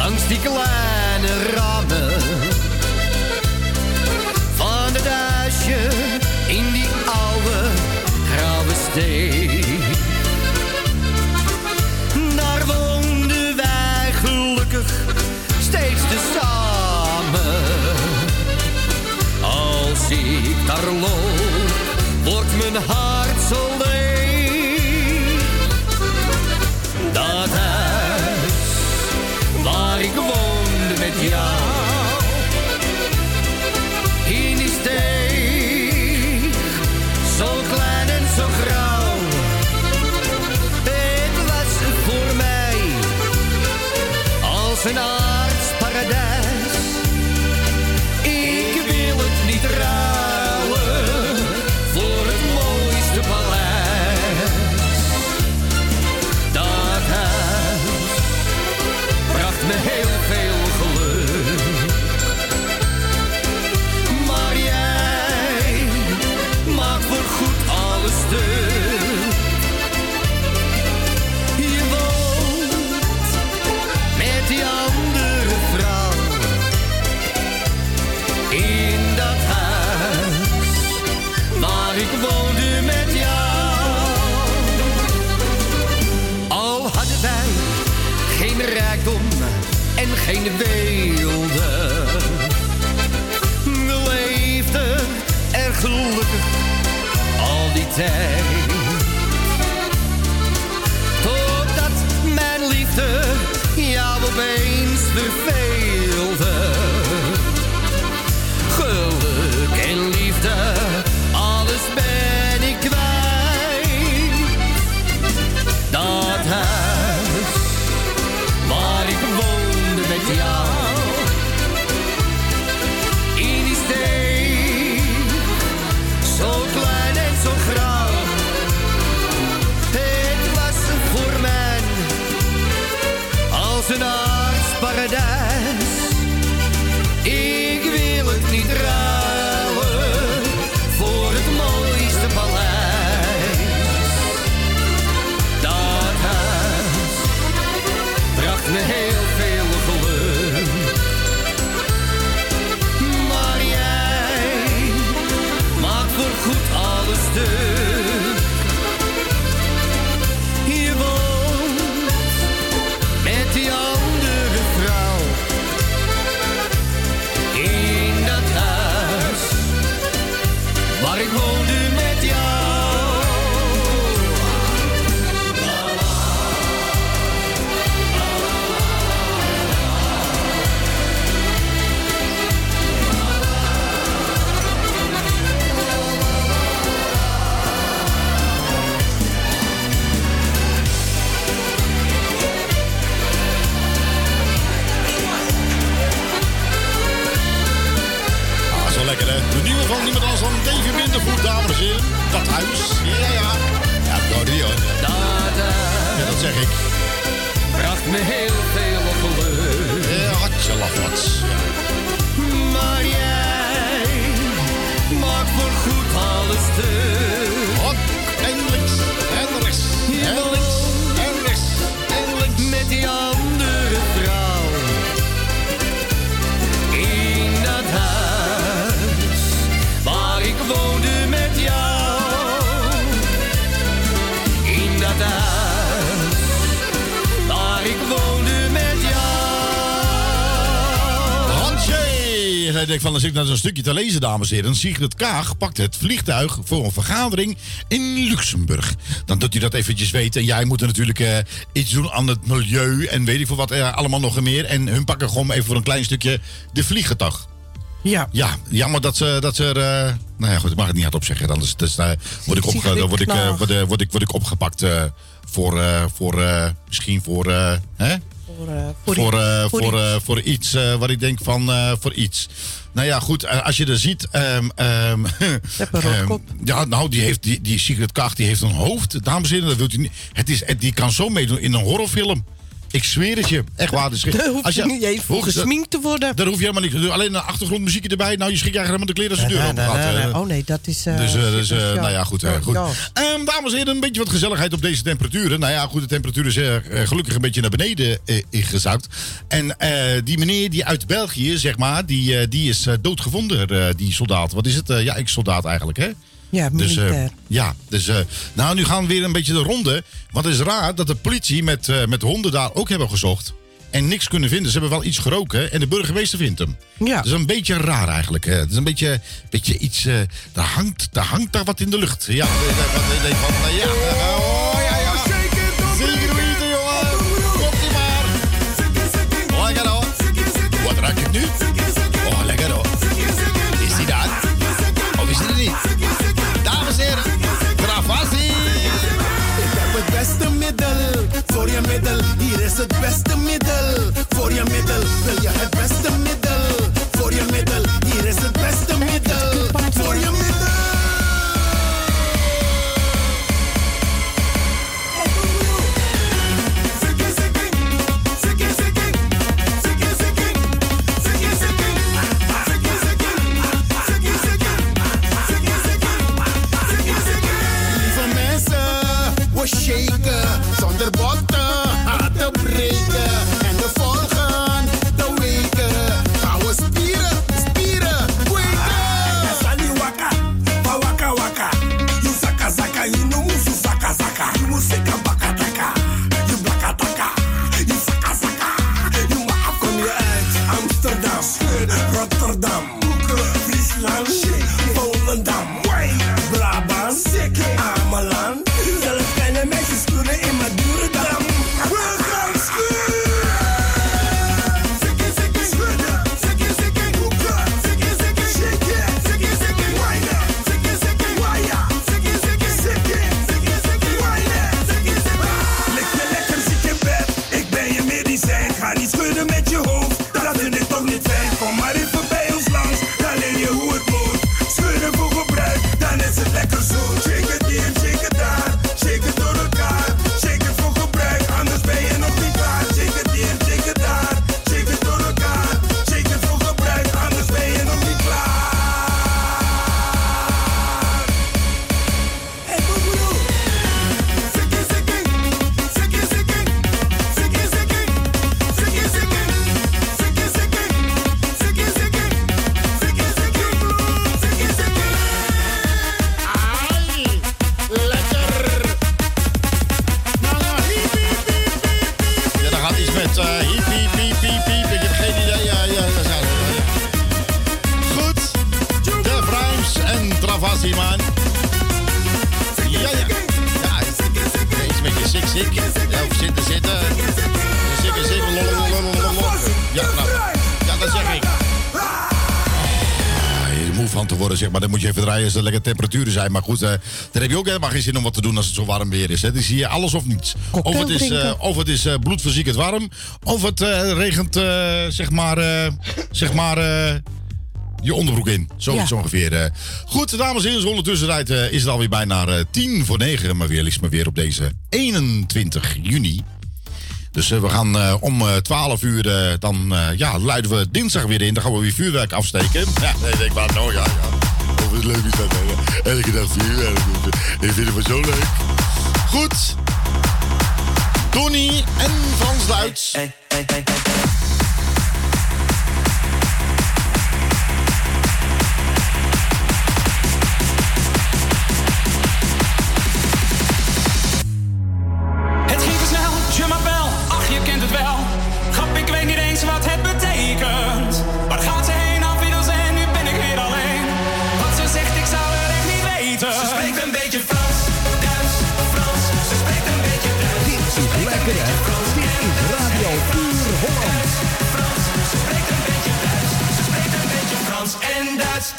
Speaker 18: Langs die kleine ramen van het huisje in die oude grauwe steeg. Daar woonden wij gelukkig steeds tezamen. Als ik daar loop, wordt mijn hart zo leeg. Dat huis waar ik woonde met jou, in die steeg, zo klein en zo grauw. Het was voor mij als een aardsparadijs. Ik wil het niet ruilen voor het mooiste paleis. Dat huis bracht me heel veel geluk. Maar jij maakt voorgoed alles stuk. Je woont met die andere vrouw in dat huis waar ik woonde met jou. Al hadden wij geen rijkdom en geen weelde, we leefden er gelukkig al die tijd. Totdat mijn liefde jou opeens verveelde. Geluk en liefde, alles ben ik kwijt. Dat huis waar ik woonde met jou, in die steeg, zo klein en zo grauw. Het was voor mij als een aardsparadijs. Ik wil het niet ruilen voor het mooiste paleis. Dat huis bracht me heel veel geluk. Maar jij maakt voorgoed alles stuk. Je woont met die andere vrouw in dat huis waar ik woonde met jou.
Speaker 1: Ah, zo lekker hè. De nieuwe van niemand anders dan Davy Bindervoet, dames en heren. Dat huis. Ja, ja. Ja, ik hoorde die hoor.
Speaker 18: Dat huis,
Speaker 1: Ja, dat zeg ik.
Speaker 18: bracht me heel veel geluk.
Speaker 1: Ja, hartje lafwats. Ja.
Speaker 18: Maar jij maakt voorgoed alles stuk.
Speaker 1: Hop, en links, en rechts, en links, en rechts, en links.
Speaker 18: Met die andere vrouw in dat huis waar ik woonde met jou. In dat huis waar ik woonde met jou.
Speaker 1: Hansje! En hij denkt van, als ik nou zo'n stukje te lezen, dames en heren. Sigrid Kaag pakt het vliegtuig voor een vergadering in Luxemburg. Dan doet hij dat eventjes weten. En jij moet er natuurlijk uh, iets doen aan het milieu en weet ik veel wat uh, allemaal nog meer. En hun pakken gewoon even voor een klein stukje de vliegtuig.
Speaker 11: Ja.
Speaker 1: Ja, jammer dat ze, dat ze er... Uh, nou ja, goed, ik mag het niet hardop zeggen. Anders dus, uh, word, ik opge, dan word, ik, uh, word, uh, word, ik, word ik opgepakt uh, voor, uh, voor uh, misschien voor... Uh, hè?
Speaker 11: Voor, uh, voor,
Speaker 1: voor, uh,
Speaker 11: voor,
Speaker 1: voor, uh,
Speaker 11: iets.
Speaker 1: voor iets uh, wat ik denk van uh, voor iets. Nou ja, goed, uh, als je er ziet... Um, um, um, ja, nou, die, heeft, die, die Sigrid Kaag die heeft een hoofd, dames en heren. Dat wilt u niet. Het is, die kan zo meedoen in een horrorfilm. Ik zweer het je. Echt waar. Dus,
Speaker 11: Daar hoef je niet eens voor gesminkt te worden.
Speaker 1: Daar hoef je helemaal niet. Alleen een achtergrondmuziekje erbij. Nou, je schrik eigenlijk helemaal de kleren als de deur open gaat.
Speaker 11: Nee, oh nee, dat is... Uh,
Speaker 1: dus, uh, dus uh, nou ja, goed. Uh, goed.
Speaker 11: Ja.
Speaker 1: Um, dames en heren, een beetje wat gezelligheid op deze temperaturen. Nou ja, goed, de temperatuur is uh, gelukkig een beetje naar beneden uh, gezakt. En uh, die meneer die uit België, zeg maar, die, uh, die is uh, doodgevonden, uh, die soldaat. Wat is het? Uh, ja, ex-soldaat eigenlijk, hè?
Speaker 11: Ja, militair.
Speaker 1: Dus, uh, ja, dus uh, nou, nu gaan we weer een beetje de ronde. Want het is raar dat de politie met, uh, met honden daar ook hebben gezocht. En niks kunnen vinden. Ze hebben wel iets geroken en de burgemeester vindt hem.
Speaker 11: Ja.
Speaker 1: Dat is een beetje raar eigenlijk. Hè. Het is een beetje, beetje iets... Uh, daar, hangt, daar hangt daar wat in de lucht. Ja, wat van... Uh, ja, oh, ja, ja. Zeker weten, jongen. Komt-ie maar. Lekker hoor. Wat ruik ik nu? Oh, lekker hoor. Is die daar? Of is die er niet? Dames en heren, Travassi.
Speaker 19: Ik heb het beste middel voor je middel. Hier is het beste middel voor je middel. Wil je het beste middel voor je middel? Hier is het beste middel voor je middel. Shaken, zonder botten, harten breken. En de volgende de weken gaan we spieren, spieren, kweken. Sali waka, pa waka waka. You zaka zaka, you know musu zaka zaka. You musika baka taka, you blaka taka. You zaka zaka, you ma afkom je uit Amsterdam, Rotterdam, Friesland, Volendam, Brabant, Ameland. Zelfs kleine meisjes kunnen in mijn Duredam. We gaan schudden. Zikkie, zikkie, schudden. Zikkie, zikkie, hoeken. Zikkie, zikkie, shaken. Zikkie, zikkie, winen. Zikkie, zikkie, waya. Zikkie, zikkie, zikkie. Zikkie, zikkie, winen. Zikkie, zikkie. Lik je lekker, zit je bed. Ik ben je medicijn. Ga niet schudden met je hoofd. Dat vind ik toch niet fijn. Kom maar even bij ons langs. Dan leer je hoe het moet. Schudden voor gebruik. Dan is het lekker zo. Shake het hier, shake het daar. Shake het door elkaar, shake het voor gebruik, anders ben je nog niet klaar. Shake het hier, shake het daar, shake het door elkaar. Shake het voor gebruik, anders ben je nog niet klaar. Hey boeboe, zikkie zikkie, zikkie zikkie, zikkie zikkie, zikkie zikkie, zikkie zikkie, zikkie zikkie, zikkie zikkie, zikkie zikkie. Ai, lekker.
Speaker 1: Ja, daar gaat iets met uh, hiep, hiep, hiep, hiep, hiep. Ik heb geen idee. Ja, ja, dat zijn we. Goed. De Vrimes en Travassi, man. Ja, ja. Ja, eens een beetje sick, sick. Ja, of zitten, zitten. Sikke, sikke, lol, lol, lol, lol, lol. Ja, nou. Ja, dat zeg ik. Moe van te worden, zeg maar. Dan moet je even draaien als er lekker temperaturen zijn. Maar goed, uh, daar heb je ook helemaal geen zin om wat te doen als het zo warm weer is. Hè. Dan zie je alles of niets. Of het is, uh, of het is uh, bloedverziekend warm. Of het uh, regent, uh, zeg maar, uh, zeg maar, uh, je onderbroek in. Zoiets ja. ongeveer. Uh. Goed, dames en heren, dus ondertussen uh, is het alweer bijna uh, tien voor negen. Maar weer liefst maar weer op deze eenentwintig juni. Dus uh, we gaan uh, om uh, twaalf uur, uh, dan uh, ja, luiden we dinsdag weer in. Dan gaan we weer vuurwerk afsteken. Ja, nee, ik denk maar, nou ja, ja. Of het leuk is dat, hè. Elke dag vuurwerk. Ik vind het maar zo leuk. Goed. Tony en Frans Duits. Hey, hey, hey, hey.
Speaker 14: Dit is Radio Puur Holland.
Speaker 15: Frans, ze spreekt een beetje Duits. Ze spreekt een beetje Frans en Duits.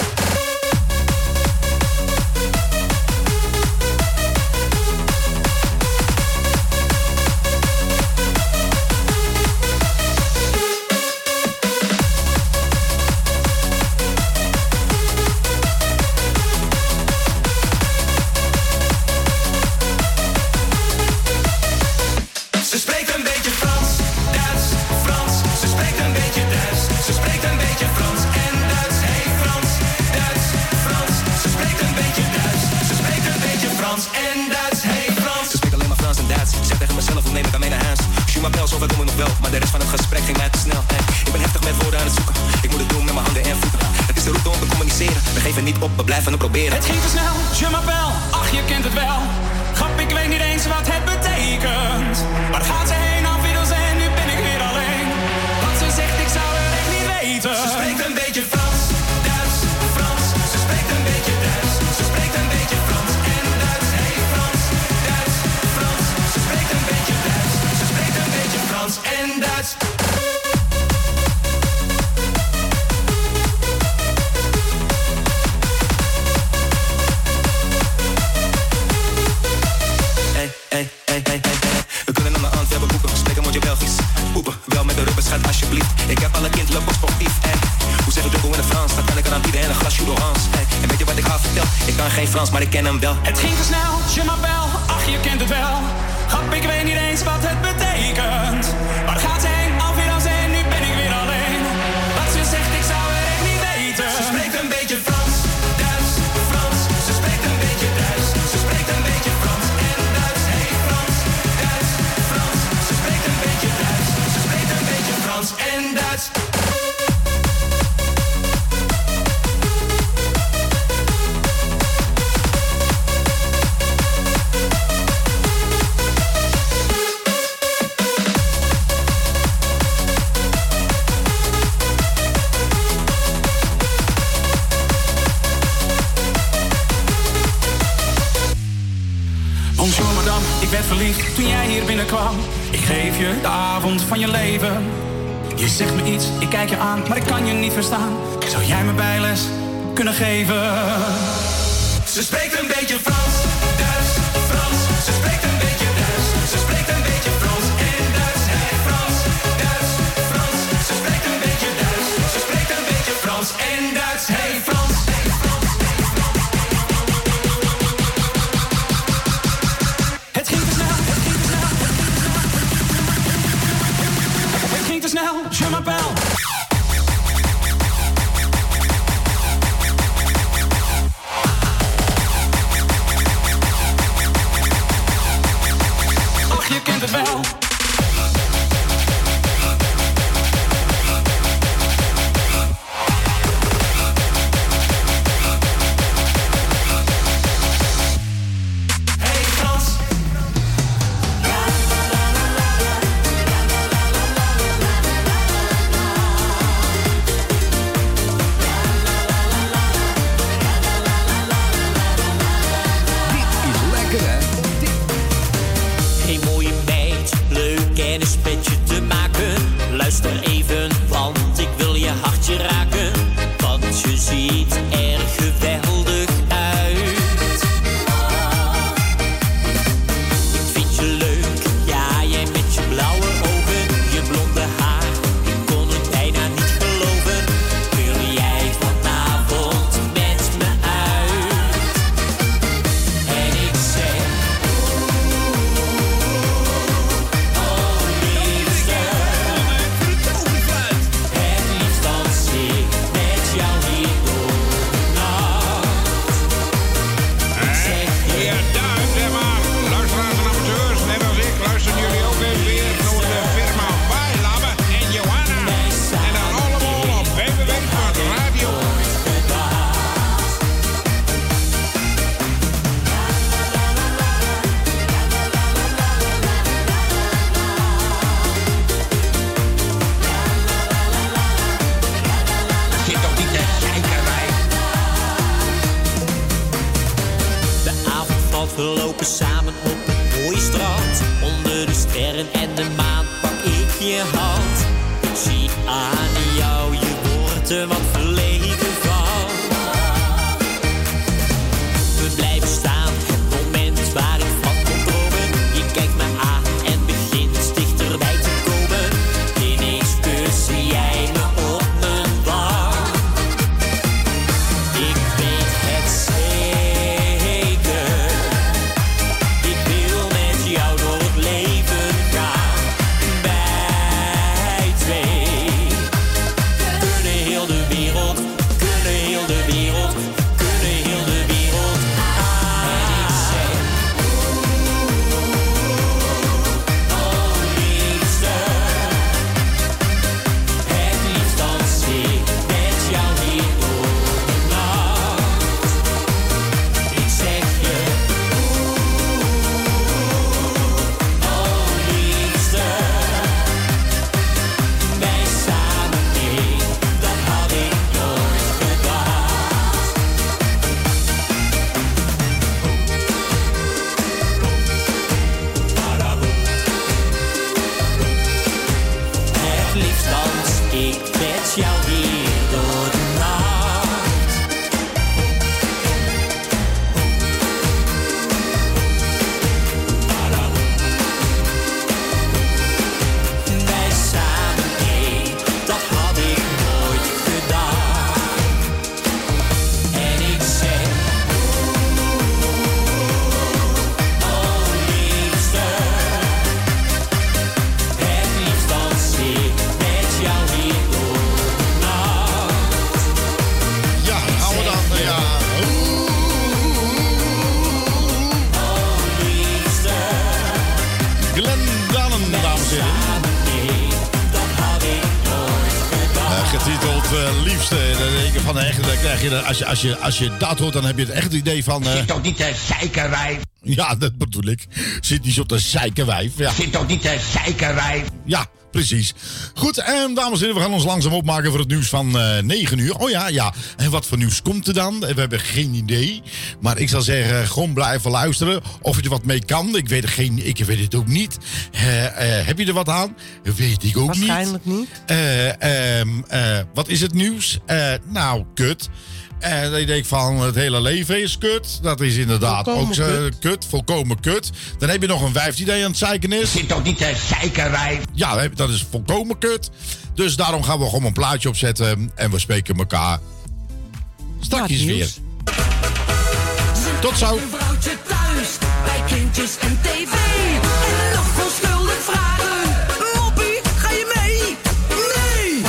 Speaker 15: Ze spreekt een beetje Frans.
Speaker 20: Bonjour, ma bel, zover doen we nog wel. Maar de rest van het gesprek ging mij te snel. Hey, ik ben heftig met woorden aan het zoeken. Ik moet het doen met mijn handen en voeten. Het is de route om te communiceren. We geven niet op, we blijven het proberen.
Speaker 6: Het ging te snel, je m'appelle, ach je kent het wel. Grap, ik weet niet eens wat het betekent. Waar gaat ze heen, af inmiddels en nu ben ik weer alleen. Wat ze zegt, ik zou het echt niet weten.
Speaker 15: Ze spreekt een beetje Frans, Duits, Frans. Ze spreekt een beetje Duits. Ze spreekt een beetje Frans en Duits. Hey, Frans, Duits, Frans. Ze spreekt een beetje Duits. Ze spreekt een beetje Frans en Duits.
Speaker 20: Hey, hey, hey, hey, hey, hey. We kunnen naar Antwerpen boeken. Spreken moet je Belgisch. Poepen, wel met de rubbers, schat alsjeblieft. Ik heb alle kind, leuk sportief. Hey. Hoe zeg je dubbel in het Frans? Dan kan ik eraan bieden en een glas Jules. Hey. En weet je wat ik haar vertel? Ik kan geen Frans, maar ik ken hem wel.
Speaker 6: Het ging te snel, je m'appelle, ach je kent het wel. Grap, ik weet niet eens wat het betekent. Waar gaat ze heen, af weer als en nu ben ik weer alleen. Wat ze zegt, ik zou het echt niet weten.
Speaker 15: Ze spreekt een beetje Frans, Duits, Frans. Ze spreekt een beetje Duits. Ze spreekt een beetje Frans en Duits. Hey, Frans, Duits, Frans. Ze spreekt een beetje Duits. Ze spreekt een beetje Frans en Duits.
Speaker 6: Bonjour madame, ik werd verliefd toen jij hier binnenkwam. Ik geef je de avond van je leven. Je zegt me iets, ik kijk je aan, maar ik kan je niet verstaan. Zou jij me bijles kunnen geven?
Speaker 15: Ze spreekt een beetje Frans, Duits, Frans. Ze spreekt een beetje Duits. Ze spreekt een beetje Frans en Duits. Hey, Frans, Duits, Frans. Ze spreekt een beetje Duits. Ze spreekt een beetje Frans en Duits. Hey, Frans.
Speaker 6: Het ging te snel, het ging te snel. Het ging te snel, je m'appelle. Ach, je kent het wel.
Speaker 15: Hey, Frans.
Speaker 7: Dit is lekker, hè?
Speaker 21: Hey mooie meid, leuk en een spetje te maken. Luister even, want ik wil je hartje raken. Want je ziet er geweldig uit. Ik vind je leuk, ja jij met je blauwe ogen. Je blonde haar, ik kon het bijna niet geloven. Wil jij vanavond met me uit? En ik zeg... Oh liefste, het liefst dans ik met jou hier door de nacht. Ik zeg
Speaker 22: Ja, daar, zeg maar. Luisteraars en amateurs, net als ik, luisteren jullie ook even weer naar de firma Bijlabbe en Johanna. En dan allemaal op w w w punt radio. Zit toch niet te zeiken, wij.
Speaker 21: De avond valt, we lopen samen op het mooie strand. Onder de sterren en de maan pak ik je hand. Ik zie aan jou, je wordt er wat verlegen van. We blijven staan, het moment waar ik van kon dromen. Je kijkt me aan en begint dichterbij te komen. Ineens kus jij me op mijn wang. Ik weet het zeker. Ik wil met jou door het leven gaan. Wij twee kunnen heel de wereld met jou hier door de nacht. Wij samen, nee, dat had ik nooit gedaan. En ik zeg, oh liefste, het liefst dans ik met jou hier door de nacht.
Speaker 1: Ja, gaan we dan. Ja.
Speaker 21: Oh liefste,
Speaker 1: Glenn Dannen, dames en heren.
Speaker 21: dat had ik nooit gedaan.
Speaker 1: Uh, getiteld uh, Liefste. Dan denk je van, echt, dan krijg je, als, je, als, je, als je dat hoort, dan heb je het echt het idee van... Uh,
Speaker 14: Zit toch niet te zeikenwijf?
Speaker 1: ja, dat bedoel ik. Zit niet zo te zeikenwijf. Ja.
Speaker 14: Zit toch niet te zeikenwijf?
Speaker 1: Ja, precies. Goed, en dames en heren, we gaan ons langzaam opmaken voor het nieuws van uh, negen uur. Oh ja, ja. En wat voor nieuws komt er dan? We hebben geen idee. Maar ik zal zeggen, gewoon blijven luisteren. Of je er wat mee kan. Ik weet, er geen, ik weet het ook niet. Uh, uh, heb je er wat aan? Weet ik ook
Speaker 11: Waarschijnlijk
Speaker 1: niet.
Speaker 11: niet.
Speaker 1: Uh, um, uh, wat is het nieuws? Uh, nou, kut. En ik denk van, het hele leven is kut. Dat is inderdaad
Speaker 11: Volkomen
Speaker 1: ook zo
Speaker 11: kut.
Speaker 1: kut. Volkomen kut. Dan heb je nog een vijfde die aan het zeiken is.
Speaker 14: Zit toch niet te zeikenwijf?
Speaker 1: Ja, dat is volkomen kut. Dus daarom gaan we gewoon een plaatje opzetten. En we spreken elkaar straks
Speaker 11: Ja,
Speaker 1: weer.
Speaker 11: nieuws.
Speaker 1: Tot zo.
Speaker 3: Een vrouwtje thuis, bij kindjes en tv. En nog onschuldig vragen. Moppie, ga je mee? Nee!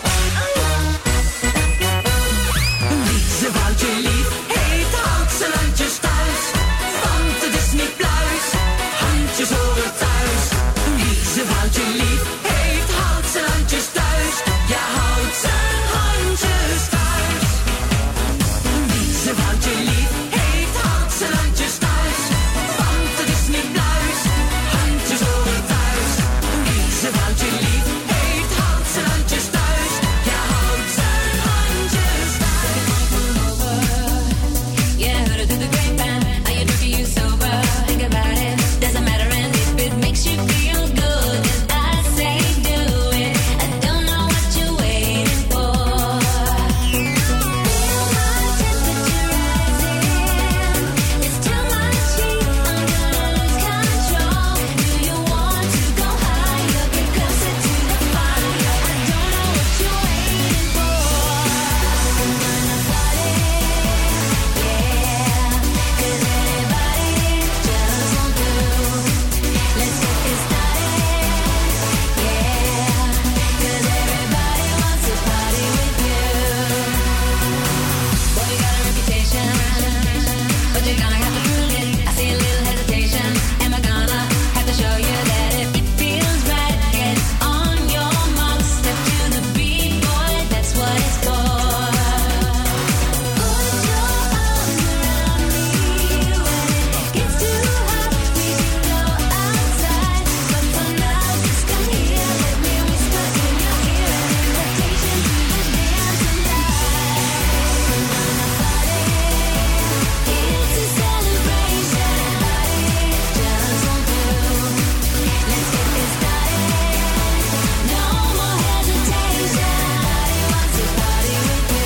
Speaker 3: Lieve vrouwtje lief, heeft houdt zijn handjes thuis. Want het is niet pluis, handjes horen thuis. Lieve vrouwtje lief, heeft houdt zijn handjes thuis. Ja, houdt zijn handjes thuis. Lieve vrouwtje lief, heeft houdt zijn handjes thuis. Want het is niet pluis, handjes horen thuis. Lieve vrouwtje lief, heeft houdt zijn handjes thuis. Ja, houdt zijn handjes thuis.
Speaker 8: Yeah, heard it through the grapevine. Are you drunk or you sober? Think about it. Doesn't matter, and if it makes you feel good, then I say do it. I don't know what you're waiting for. Feel my temperature rising. It's too much heat. I'm gonna lose control. Do you want to go higher? Get closer to the fire. I don't know what you're waiting for. I'm gonna party. Yeah, 'cause everybody just won't do. Let's get this started. Yeah, 'cause everybody wants to party with you. Boy, you got a reputation, but you're gonna have to prove it. I see a little hesitation. Am I gonna have to show you that if it feels right, get on your mark, step to the beat, boy, that's what it's for. Put your arms around me when it gets too hot. We should go outside, but for now, just come here. Let me whisper in your ear an invitation to the dance tonight. We're gonna party. It's a celebration. Everybody just won't do. Let's get this started. No more hesitation. Everybody wants to party with you.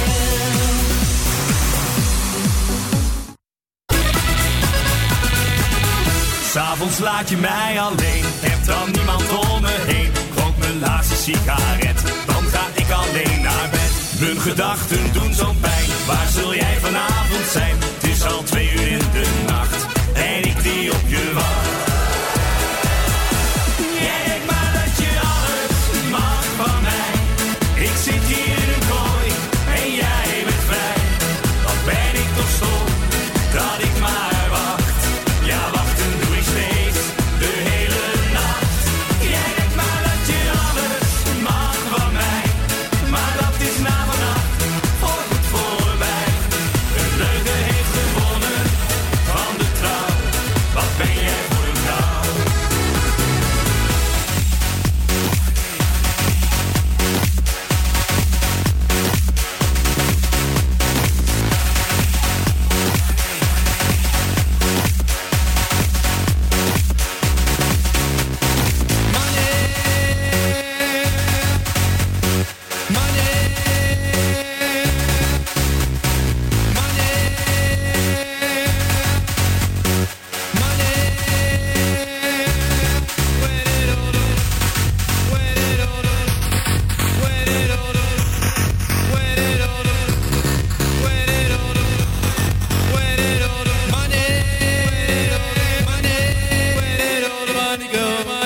Speaker 6: S'avonds laat je mij alleen, heb dan niemand om me heen. Rook mijn laatste sigaret, dan ga ik alleen naar bed. Mijn gedachten doen zo'n pijn, waar zul jij vanavond zijn? Het is al twee uur in de nacht, en ik die op je wacht. Jij denkt maar dat je alles mag van mij. Ik zit hier in een kooi, en jij bent vrij. Wat ben ik toch stom, dat ik maar wacht. Ja, wachten doe ik steeds, de hele nacht. Jij denkt maar dat je alles mag van mij. Maar dat is na vannacht voorgoed voorbij.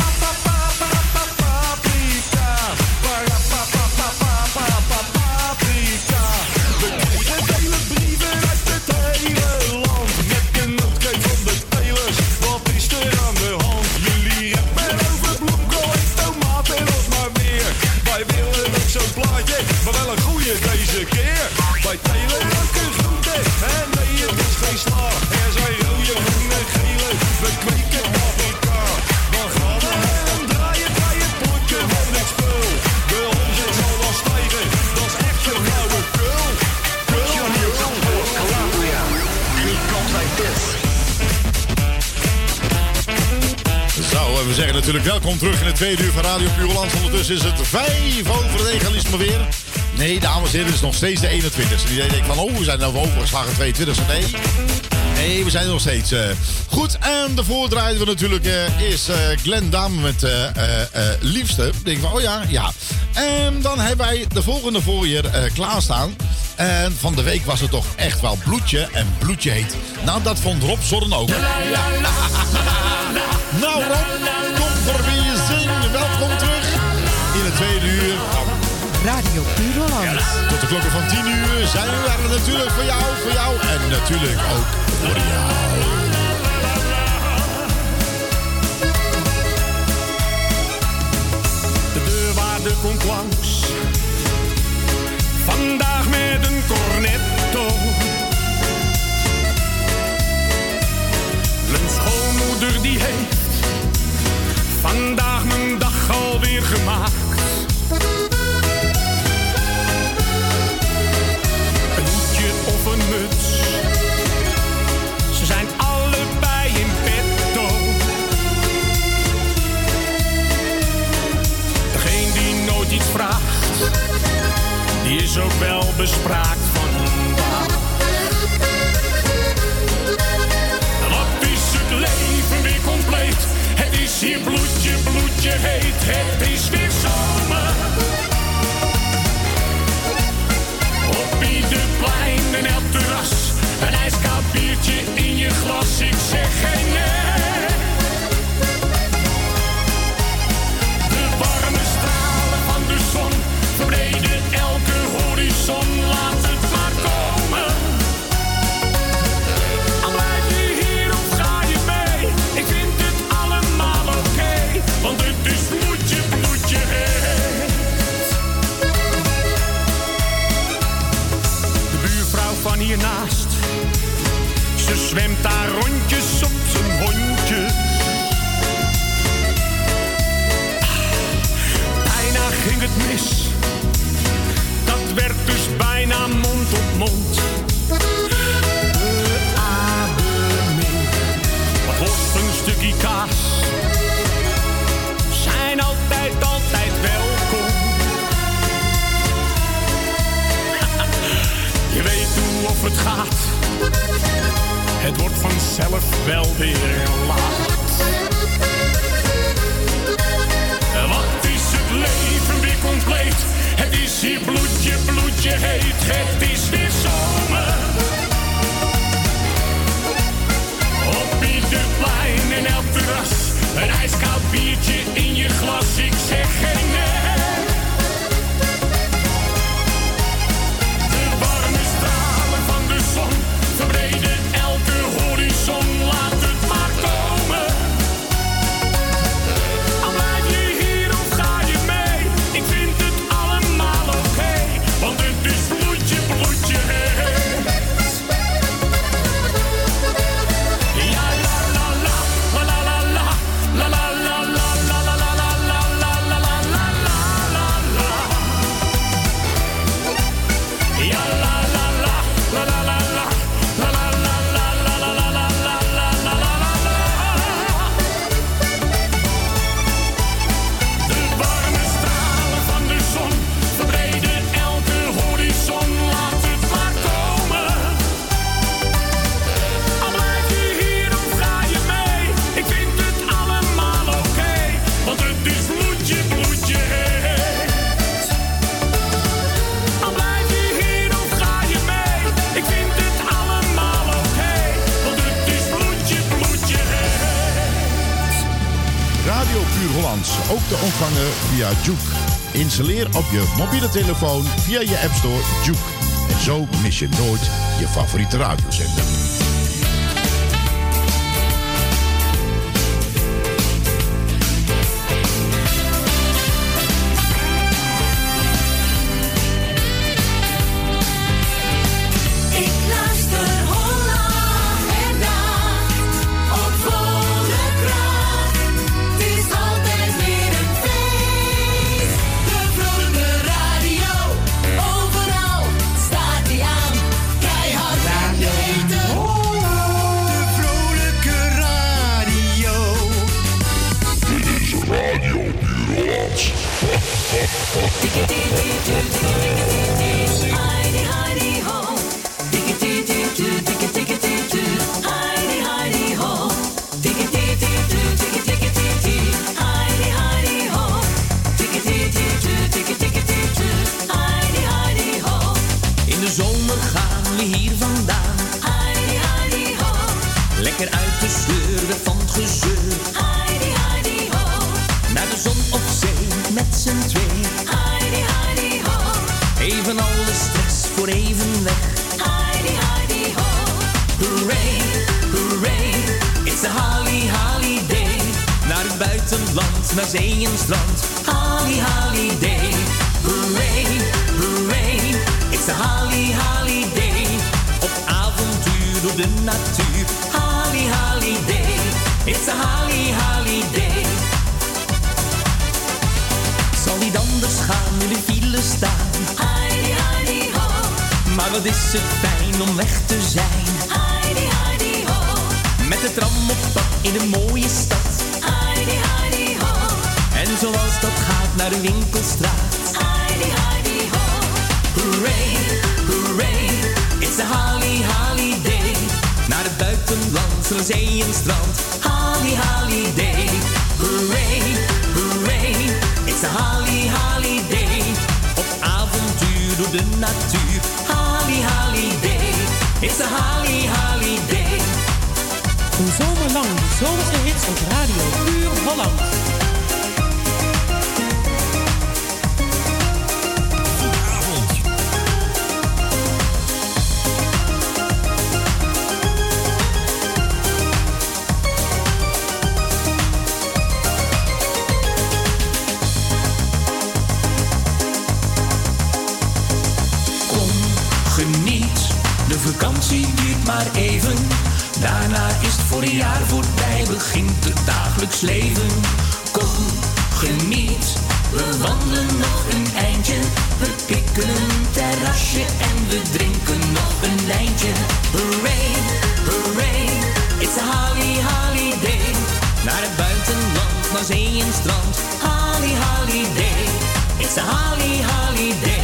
Speaker 1: We zeggen natuurlijk welkom terug in het tweede uur van Radio Puurland. Ondertussen is het vijf over negen, liefst maar weer. Nee, dames en heren, het is nog steeds de eenentwintigste. En iedereen denkt van, oh, we zijn nou overgeslagen tweeëntwintigste. Nee, nee, we zijn er nog steeds. Uh. Goed, en daarvoor draaien we natuurlijk uh, eerst uh, Glenn Dame met uh, uh, uh, Liefste. Ik denk van, oh ja, ja. En dan hebben wij de volgende voor je uh, klaarstaan. En van de week was het toch echt wel bloedje en bloedje heet. Nou, dat vond Rob Zorn ook. Ja. Nou Rob, kom er weer zingen. Welkom terug in het tweede uur.
Speaker 11: Radio Puurland.
Speaker 1: Tot de klokken van tien uur zijn we er natuurlijk voor jou, voor jou en natuurlijk ook voor jou.
Speaker 6: De deurwaarder komt langs. Vandaag met een cornetto. Mijn schoonmoeder die heeft vandaag mijn dag alweer gemaakt. Een hoedje of een muts, ze zijn allebei in petto. Degene die nooit iets vraagt, die is ook wel bespraakt vandaag. Wat is het leven weer compleet? Het is hier bloedje, bloedje heet. Het is weer zomer. Op ieder plein en elk terras, een ijskoud biertje in je glas. Ik zeg geen nee. De warme stralen van de zon verbreden elke horizon. Laat het maar komen. Al blijf je hier of ga je mee? Ik vind het allemaal oké, okay, want het is bloedje, bloedje heet. De buurvrouw van hiernaast, ze zwemt daar rondjes op zijn hondje. Bijna ging het mis, dat werd dus bijna mond op mond. Beademing, wat worst een stukje kaas, zijn altijd, altijd welkom. Je weet hoe of het gaat, het wordt vanzelf wel weer laat. Wat is het leven weer compleet? Het is hier bloedje, bloedje heet. Het is weer zomer. Op ieder plein en elk terras, een ijskoud biertje in je glas. Ik zeg geen nee. De warme stralen van de zon verbreden elke horizon. Laat het maar komen. Al blijf je hier of ga je mee? Ik vind het allemaal oké, okay, want het is bloedje, bloedje.
Speaker 1: Buurhollands. Ook te ontvangen via Juke. Installeer op je mobiele telefoon via je App Store Juke. En zo mis je nooit je favoriete radiozender.
Speaker 3: Ik luister Holland en Nacht op volle kracht. Het is altijd weer een feest. De vrolijke radio, overal staat die aan. Keihard aan je eten.
Speaker 15: De vrolijke radio.
Speaker 3: Dit is Radio Buurhollands. Heidi, Heidi, ho. Tikkie-tie-tie-tu, tikkie-tikkie-tie-tu. Heidi, Heidi, ho. Tikkie-tie-tie-tu, tikkie-tikkie-tie-tie. Heidi, Heidi, ho. Tikkie-tie-tie-tu, tikkie-tikkie-tie-tu. Heidi, Heidi, ho.
Speaker 6: In de zomer gaan we hier vandaan.
Speaker 3: Heidi, Heidi, ho.
Speaker 6: Lekker uit de sleur, weg van het gezeur.
Speaker 3: Heidi, Heidi, ho.
Speaker 6: Naar de zon op zee met z'n twee.
Speaker 3: Heidi, Heidi, ho.
Speaker 6: Even alle stress voor even weg.
Speaker 3: Heidi, Heidi, ho.
Speaker 6: Hooray, hooray, it's a holly holiday. Naar het buitenland, naar zee en strand. Holly holiday. Hooray, hooray, it's a holly holiday. Op avontuur door de natuur. Holly holiday, it's a holly holiday. Zal niet anders gaan, in de file staan.
Speaker 3: Heidi, Heidi, ho.
Speaker 6: Maar wat is het fijn om weg te zijn.
Speaker 3: Heidi, Heidi, ho.
Speaker 6: Met de tram op pad in een mooie stad.
Speaker 3: Heidi, Heidi, ho.
Speaker 6: En zoals dat gaat naar de winkelstraat.
Speaker 3: Heidi, Heidi, ho.
Speaker 6: Hooray, hooray, it's a holly holiday. Naar het buitenland, naar zee en strand. Holly holiday. Hooray, hooray, it's a holly holiday. Op avontuur door de natuur. Holly holiday, it's a holly holiday.
Speaker 2: Een zomer lang de zomerse hits op Radio Puur Holland.
Speaker 6: Geniet, de vakantie duurt maar even. Daarna is het voor een jaar voorbij, begint het dagelijks leven. Kom, geniet, we wandelen nog een eindje. We pikken een terrasje en we drinken nog een lijntje. Hooray, hooray, it's a holly holiday. Naar het buitenland, naar zee en strand. Holly holiday, it's a holly holiday.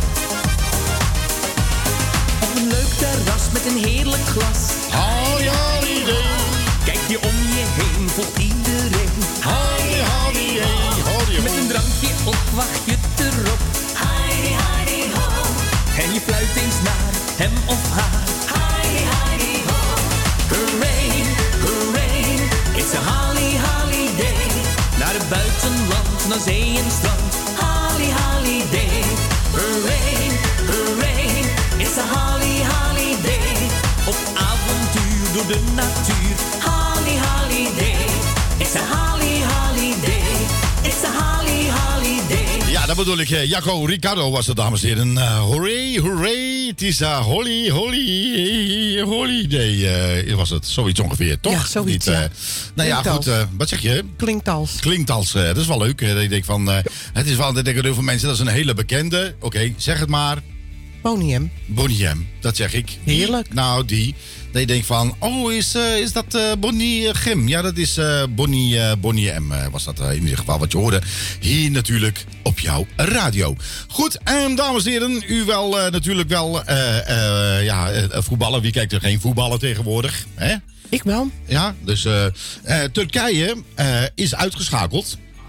Speaker 6: Op een leuk terras met een heerlijk glas.
Speaker 1: Holly holiday.
Speaker 6: Kijk je om je heen, volgt iedereen.
Speaker 1: Holly holiday. Holly
Speaker 6: Met een drankje op, wacht je erop.
Speaker 3: Heidi, Heidi, ho.
Speaker 6: En je fluit eens naar hem of haar.
Speaker 3: Heidi, Heidi, ho.
Speaker 6: Hooray, hooray, it's a holly holiday. Naar het buitenland, naar zee en strand. Holly holiday. Hooray, hooray, it's a holly holiday. Op avontuur door de natuur. Holly holiday, it's a holly holiday. It's a holly holiday.
Speaker 1: Ja, dat bedoel ik. eh, Jacco Ricardo was het, dames en heren. Uh, hooray, hooray. Het is uh, Holly, Holly, Holiday. eh, was het zoiets ongeveer, toch?
Speaker 11: Ja, zoiets,
Speaker 1: Niet, eh,
Speaker 11: ja.
Speaker 1: Nou ja,
Speaker 11: Klinkt
Speaker 1: goed. eh, wat zeg je?
Speaker 11: Klinkt als.
Speaker 1: Klinkt als. eh, dat is wel leuk. eh, dat ik denk van, eh, het is wel, dat denken heel veel mensen, dat is een hele bekende. Oké, zeg het maar.
Speaker 11: Boney M.
Speaker 1: Boney M, dat zeg ik. Wie?
Speaker 11: Heerlijk.
Speaker 1: Nou, die. Dat je denkt van, oh, is, uh, is dat uh, Bonnie Gim? Ja, dat is uh, Bonnie, uh, Bonnie M. Uh, was dat uh, in ieder geval wat je hoorde. Hier natuurlijk op jouw radio. Goed, en dames en heren, u wel uh, natuurlijk wel uh, uh, ja, uh, voetballen. Wie kijkt er geen voetballen tegenwoordig? Hè?
Speaker 11: Ik wel.
Speaker 1: Ja, dus uh, uh, Turkije uh, is uitgeschakeld.
Speaker 11: Ja.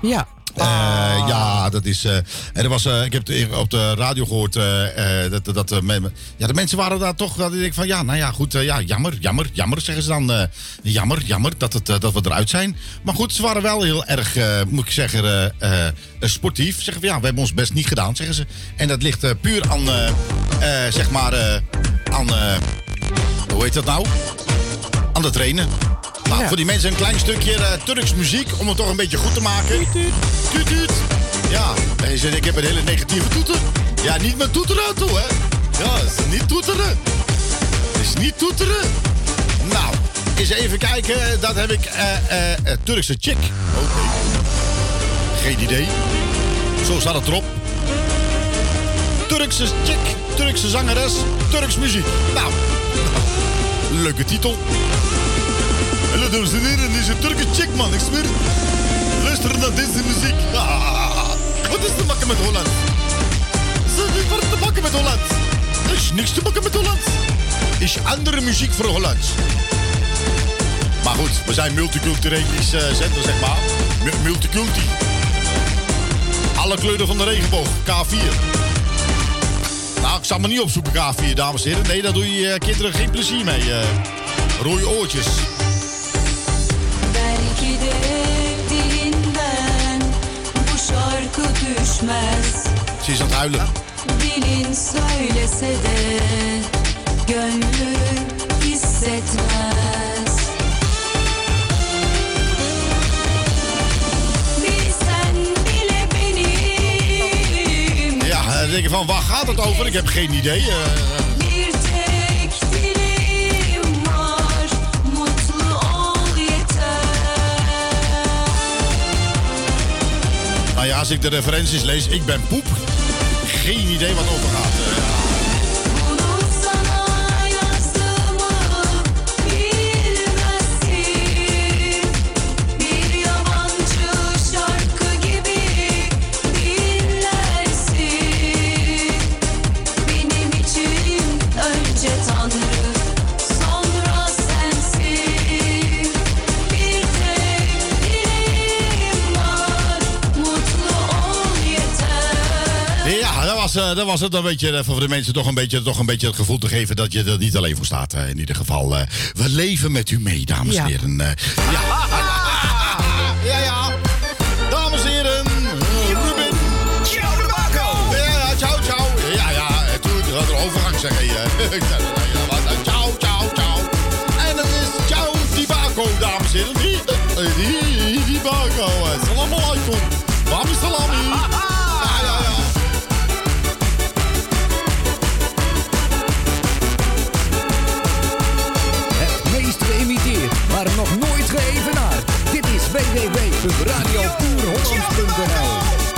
Speaker 1: Uh, ja, dat is. Uh, en er was, uh, ik heb het op de radio gehoord uh, uh, dat, dat uh, me, ja, de mensen waren daar toch. Dat ik denk van ja, nou ja, goed. Uh, ja, jammer, jammer, jammer, zeggen ze dan. Uh, jammer, jammer dat, het, uh, dat we eruit zijn. Maar goed, ze waren wel heel erg, uh, moet ik zeggen, uh, uh, sportief. Zeggen van ja, we hebben ons best niet gedaan, zeggen ze. En dat ligt uh, puur aan, uh, uh, zeg maar, uh, aan. Uh, hoe heet dat nou? Aan het trainen. Nou, ja. Voor die mensen een klein stukje uh, Turks muziek om het toch een beetje goed te maken. Tuut, tuut. Ja, en je zegt, ik heb een hele negatieve toeter. Ja, niet met toeteren toe, hè. Ja, het is niet toeteren. Het is niet toeteren. Nou, eens even kijken. Dat heb ik, uh, uh, uh, Turkse chick. Oké. Okay. Geen idee. Zo staat het erop. Turkse chick, Turkse zangeres, Turks muziek. Nou, leuke titel. Hallo dames en heren, dit is een Turkse chick, man, ik zweer het. Luister naar deze muziek. Ah, wat is te maken met Holland? Wat is te maken met Holland? Er is niks te maken met Holland. Is andere muziek voor Holland. Maar goed, we zijn multiculturelisch uh, zender, zeg maar. M- multiculti. Alle kleuren van de regenboog, K vier. Nou, ik zal me niet opzoeken, K vier, dames en heren. Nee, daar doe je uh, kinderen geen plezier mee. Uh, rode oortjes.
Speaker 8: Belki de dilinden bu şarkı düşmez.
Speaker 1: Ze is aan het huilen.
Speaker 8: Dilin söylese de gönlün hissetmez. Bilsen bile benim.
Speaker 1: Ja, dan denk je van, waar gaat het over? Ik heb geen idee. Uh,
Speaker 8: Bir tek dileğim var, mutlu ol yeter.
Speaker 1: Nou ja, als ik de referenties lees, ik ben poep. Geen idee wat over gaat. Uh,
Speaker 8: Bunu sana yazdığımı bilmezsin. Bir yabancı şarkı gibi dinlersin. Benim için önce Tanrı, sonra sensin. Bir tek dileğim var, mutlu ol yeter.
Speaker 1: ja, dat was, uh, dat was het. Dan weet je, uh, voor de mensen toch een, beetje, toch een beetje het gevoel te geven dat je er niet alleen voor staat. Uh, in ieder geval, uh, we leven met u mee, dames en
Speaker 11: Ja.
Speaker 1: heren. Uh, ja. ja, ja. Dames en heren, uh, Ruben.
Speaker 15: Ciao de Marco!
Speaker 1: Ja, ja, ciao, ciao. Ja, ja, en toen had er overgang zeggen. Uh, ciao, ciao, ciao. En dat is ciao di Baco, dames en heren. Die, uh, die, die Baco. Uh, salam alaikum. Wami salami. Ja, ja, ja.
Speaker 10: Het meest geïmiteerd, maar nog nooit geëvenaard. Dit is w w w punt radio puur hollands punt n l.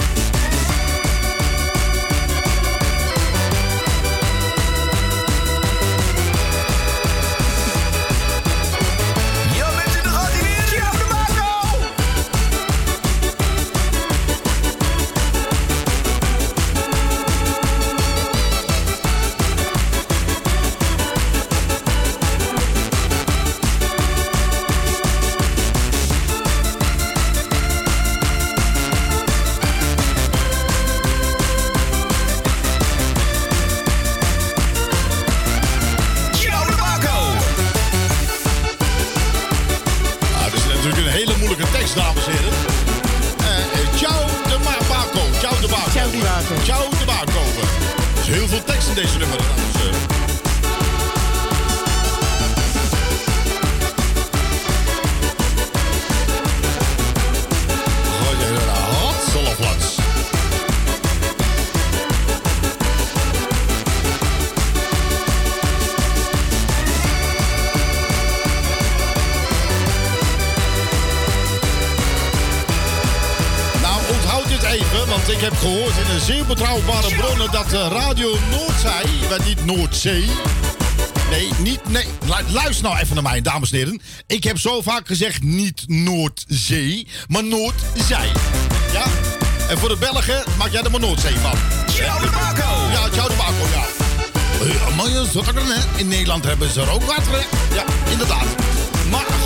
Speaker 15: Ja, mensen, daar gaat hij weer. Ciao de Marco! Ciao de Marco!
Speaker 1: Nou, dat is natuurlijk een hele moeilijke tekst, dames en heren. Uh, uh, ciao de Ma- Baco. Ciao de Baco.
Speaker 11: Ciao di Baco.
Speaker 1: Ciao de Baco. Er is heel veel tekst in deze nummer, dames en heren. Gooi je er een hatselaflats. Nou, onthoud dit even, want ik heb gehoord in een zeer betrouwbare bronnen dat uh, Radio Noordzee, maar niet Noordzee. Nee, niet, nee. Lu- Luister nou even naar mij, dames en heren. Ik heb zo vaak gezegd niet Noordzee, maar Noordzij. Ja? En voor de Belgen maak jij er maar Noordzee van.
Speaker 15: Ciao de Marco!
Speaker 1: Ja, ciao de Baco, ja. Uh, maar je zit er, hè? In Nederland hebben ze er ook water, hè? Ja, inderdaad. Maar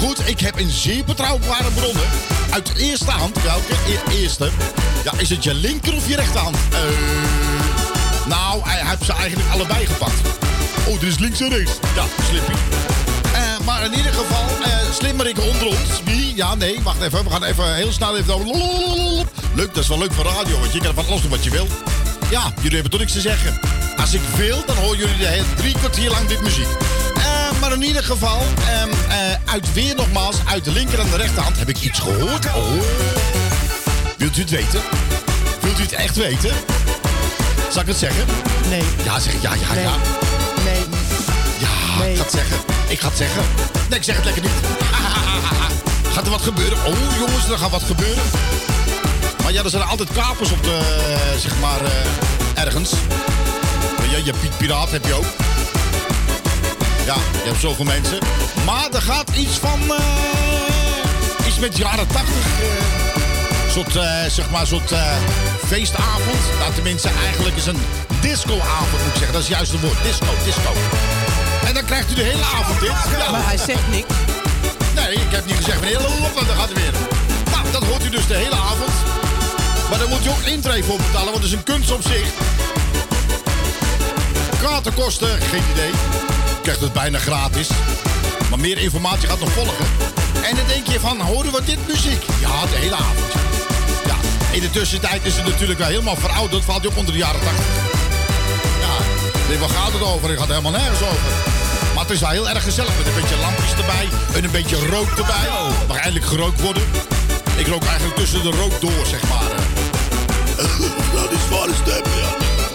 Speaker 1: Goed, ik heb een zeer betrouwbare bronnen. Uit eerste hand, welke e- eerste? Ja, is het je linker of je rechterhand? Uh, nou, hij heeft ze eigenlijk allebei gepakt. Oh, er is links en rechts. Ja, slippy. Uh, maar in ieder geval, uh, slimmerikken onder ons. Wie? Ja, nee, wacht even. We gaan even heel snel even... Leuk, dat is wel leuk voor radio, want je kan van alles doen wat je wil. Ja, jullie hebben toch niks te zeggen. Als ik wil, dan horen jullie de hele drie kwartier lang dit muziek. Uh, maar in ieder geval, um, uh, uit weer nogmaals, uit de linker en de rechterhand heb ik iets gehoord. Oh. Wilt u het weten? Wilt u het echt weten? Zal ik het zeggen?
Speaker 11: Nee.
Speaker 1: Ja, zeg ja, ja,
Speaker 11: nee.
Speaker 1: ja.
Speaker 11: Nee.
Speaker 1: Ja, nee. Ik ga het zeggen. Ik ga het zeggen. Nee, ik zeg het lekker niet. Gaat er wat gebeuren? Oh, jongens, er gaat wat gebeuren. Maar ja, er zijn altijd kapers op de, uh, zeg maar, uh, ergens. Je, je Piet Piraat heb je ook. Ja, je hebt zoveel mensen. Maar er gaat iets van... Uh, iets met jaren tachtig. Uh, soort, uh, zeg maar, soort uh, feestavond. Nou, tenminste, eigenlijk is een discoavond, moet ik zeggen. Dat is juist het woord. Disco, disco. En dan krijgt u de hele avond dit. Ja.
Speaker 11: Maar hij zegt niks.
Speaker 1: Nee, ik heb niet gezegd. Meneer, lop, dan gaat het weer. Nou, dat hoort u dus de hele avond. Maar daar moet je ook intree voor betalen, want het is een kunst op zich. Kaarten kosten, geen idee. Je krijgt het bijna gratis. Maar meer informatie gaat nog volgen. En dan denk je van, horen we dit muziek? Ja, de hele avond. Ja, in de tussentijd is het natuurlijk wel helemaal verouderd. Valt je ook onder de jaren tachtig. Ja, nee, waar gaat het over? Het gaat helemaal nergens over. Maar het is wel heel erg gezellig met een beetje lampjes erbij. En een beetje rook erbij. Mag eindelijk gerookt worden. Ik rook eigenlijk tussen de rook door, zeg maar. Dat is zware stem, ja.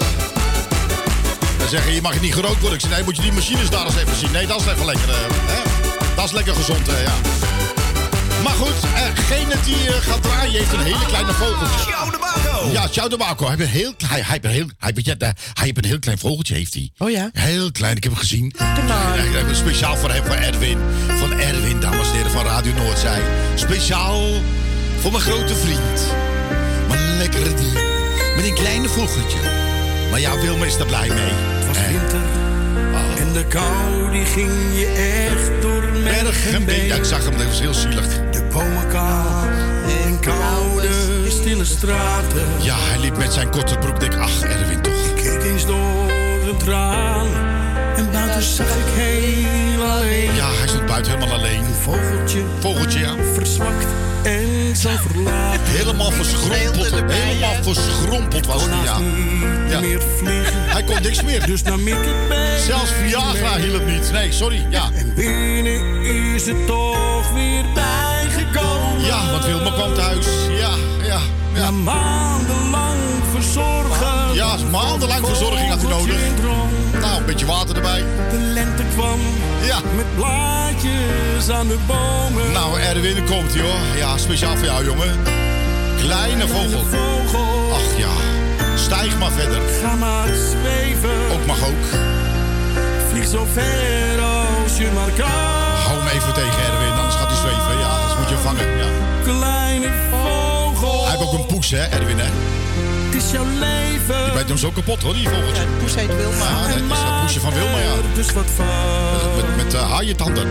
Speaker 1: Dan zeggen je mag niet gerookt worden. Ik zeg, nee, moet je die machines daar eens even zien. Nee, dat is even lekker, uh, hè? Dat is lekker gezond, uh, ja. Maar goed, degene uh, die uh, gaat draaien heeft een hele kleine vogeltje.
Speaker 14: Ciao de Baco.
Speaker 1: Ja, Ciao de Baco. Hij heeft een heel, hij, hij heeft een heel, hij, weet je, uh, hij heeft een heel klein vogeltje, heeft hij.
Speaker 11: Oh ja?
Speaker 1: Heel klein, ik heb hem gezien. Uh, speciaal voor hem, voor Erwin. Van Erwin, dames en heren, van Radio Noordzij. Speciaal voor mijn grote vriend. Mijn lekkere dier. Met een kleine vogeltje. Maar ja, Wilma is er blij mee.
Speaker 12: Het was winter. Oh. En de kou die ging je echt door merg en been.
Speaker 1: Ja, ik zag hem, dat was heel zielig.
Speaker 12: De bomen kaal en koude stille straten.
Speaker 1: Ja, hij liep met zijn korte broek. Denk, ach, Erwin toch.
Speaker 12: Ik keek eens door het raam. En buiten zag ik heel alleen.
Speaker 1: Ja, hij stond buiten helemaal alleen.
Speaker 12: Een vogeltje.
Speaker 1: Vogeltje, ja.
Speaker 12: Verzwakt en zo verlaten.
Speaker 1: Helemaal verschrompeld. Helemaal verschrompeld was hij, ja. Ja.
Speaker 12: Meer vliegen.
Speaker 1: Hij kon niks meer.
Speaker 12: Dus nam ik het bij.
Speaker 1: Zelfs Viagra hielp niet. Nee, sorry, ja.
Speaker 12: En binnen is het toch weer bijgekomen.
Speaker 1: Ja, want Wilma kwam thuis. Ja, ja, ja.
Speaker 12: Na maandenlang verzorgen.
Speaker 1: Ja, maandenlang verzorging had hij nodig. Nou, een beetje water erbij.
Speaker 12: De lente kwam.
Speaker 1: Ja.
Speaker 12: Met blaadjes aan de bomen.
Speaker 1: Nou, Erwin, komt hij hoor. Ja, speciaal voor jou, jongen. Kleine vogel.
Speaker 12: vogel.
Speaker 1: Ach ja. Stijg maar verder.
Speaker 12: Ga maar zweven.
Speaker 1: Ook mag ook.
Speaker 12: Vlieg zo ver als je maar kan.
Speaker 1: Hou hem even tegen, Erwin, anders gaat hij zweven. Ja, anders moet je hem vangen. Ja.
Speaker 12: Kleine vogel.
Speaker 1: Hij heeft ook een poes, hè, Erwin, hè?
Speaker 12: Het is jouw leven.
Speaker 1: Je bent hem zo kapot, hoor, die vogeltje.
Speaker 11: Ja, het poes heet Wilma.
Speaker 1: Ja, dat is dat poesje van Wilma, ja.
Speaker 12: Dus wat van.
Speaker 1: Met, met uh, haaientanden.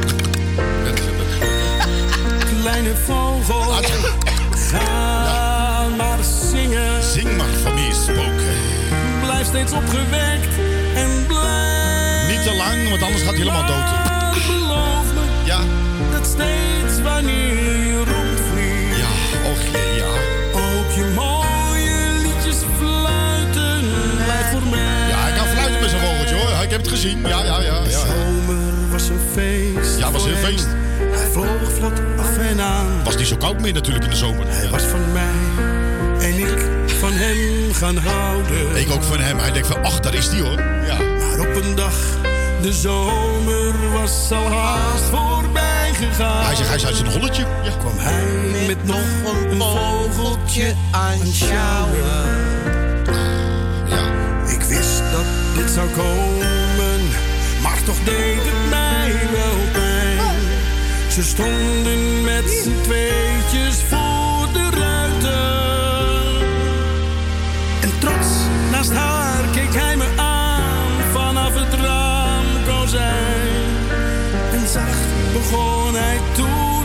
Speaker 12: Kleine vogel. Ga ja. maar zingen.
Speaker 1: Zing maar van wie is spoken.
Speaker 12: Blijf steeds opgewekt en blij.
Speaker 1: Niet te lang, want anders gaat hij helemaal dood.
Speaker 12: Beloof me.
Speaker 1: Ja.
Speaker 12: Dat steeds wanneer je rondvliegt.
Speaker 1: Ja, och jee, ja.
Speaker 12: Ook je mooie liedjes fluiten. Blijf voor mij.
Speaker 1: Ja, hij kan fluiten met zijn vogeltje hoor. Ik heb het gezien. Ja, ja, ja.
Speaker 12: De
Speaker 1: ja.
Speaker 12: zomer was een feest.
Speaker 1: Ja, was een feest.
Speaker 12: Hij vloog vlot af en aan.
Speaker 1: Was niet zo koud meer natuurlijk in de zomer.
Speaker 12: Hij
Speaker 1: ja.
Speaker 12: was van mij en ik van hem gaan houden.
Speaker 1: Ik ook van hem. Hij denkt van, ach, daar is die hoor. Ja.
Speaker 12: Maar op een dag, de zomer was al haast voorbij gegaan.
Speaker 1: Hij zegt, hij is uit zijn holletje. Ja.
Speaker 12: Kwam hij met, met nog een vogeltje aanschouwen.
Speaker 1: Ja.
Speaker 12: Ik wist dat dit zou komen, maar toch deed het mij wel pijn. Ze stonden met z'n tweetjes voor de ruiten. En trots naast haar keek hij me aan vanaf het raamkozijn. En zacht begon hij toen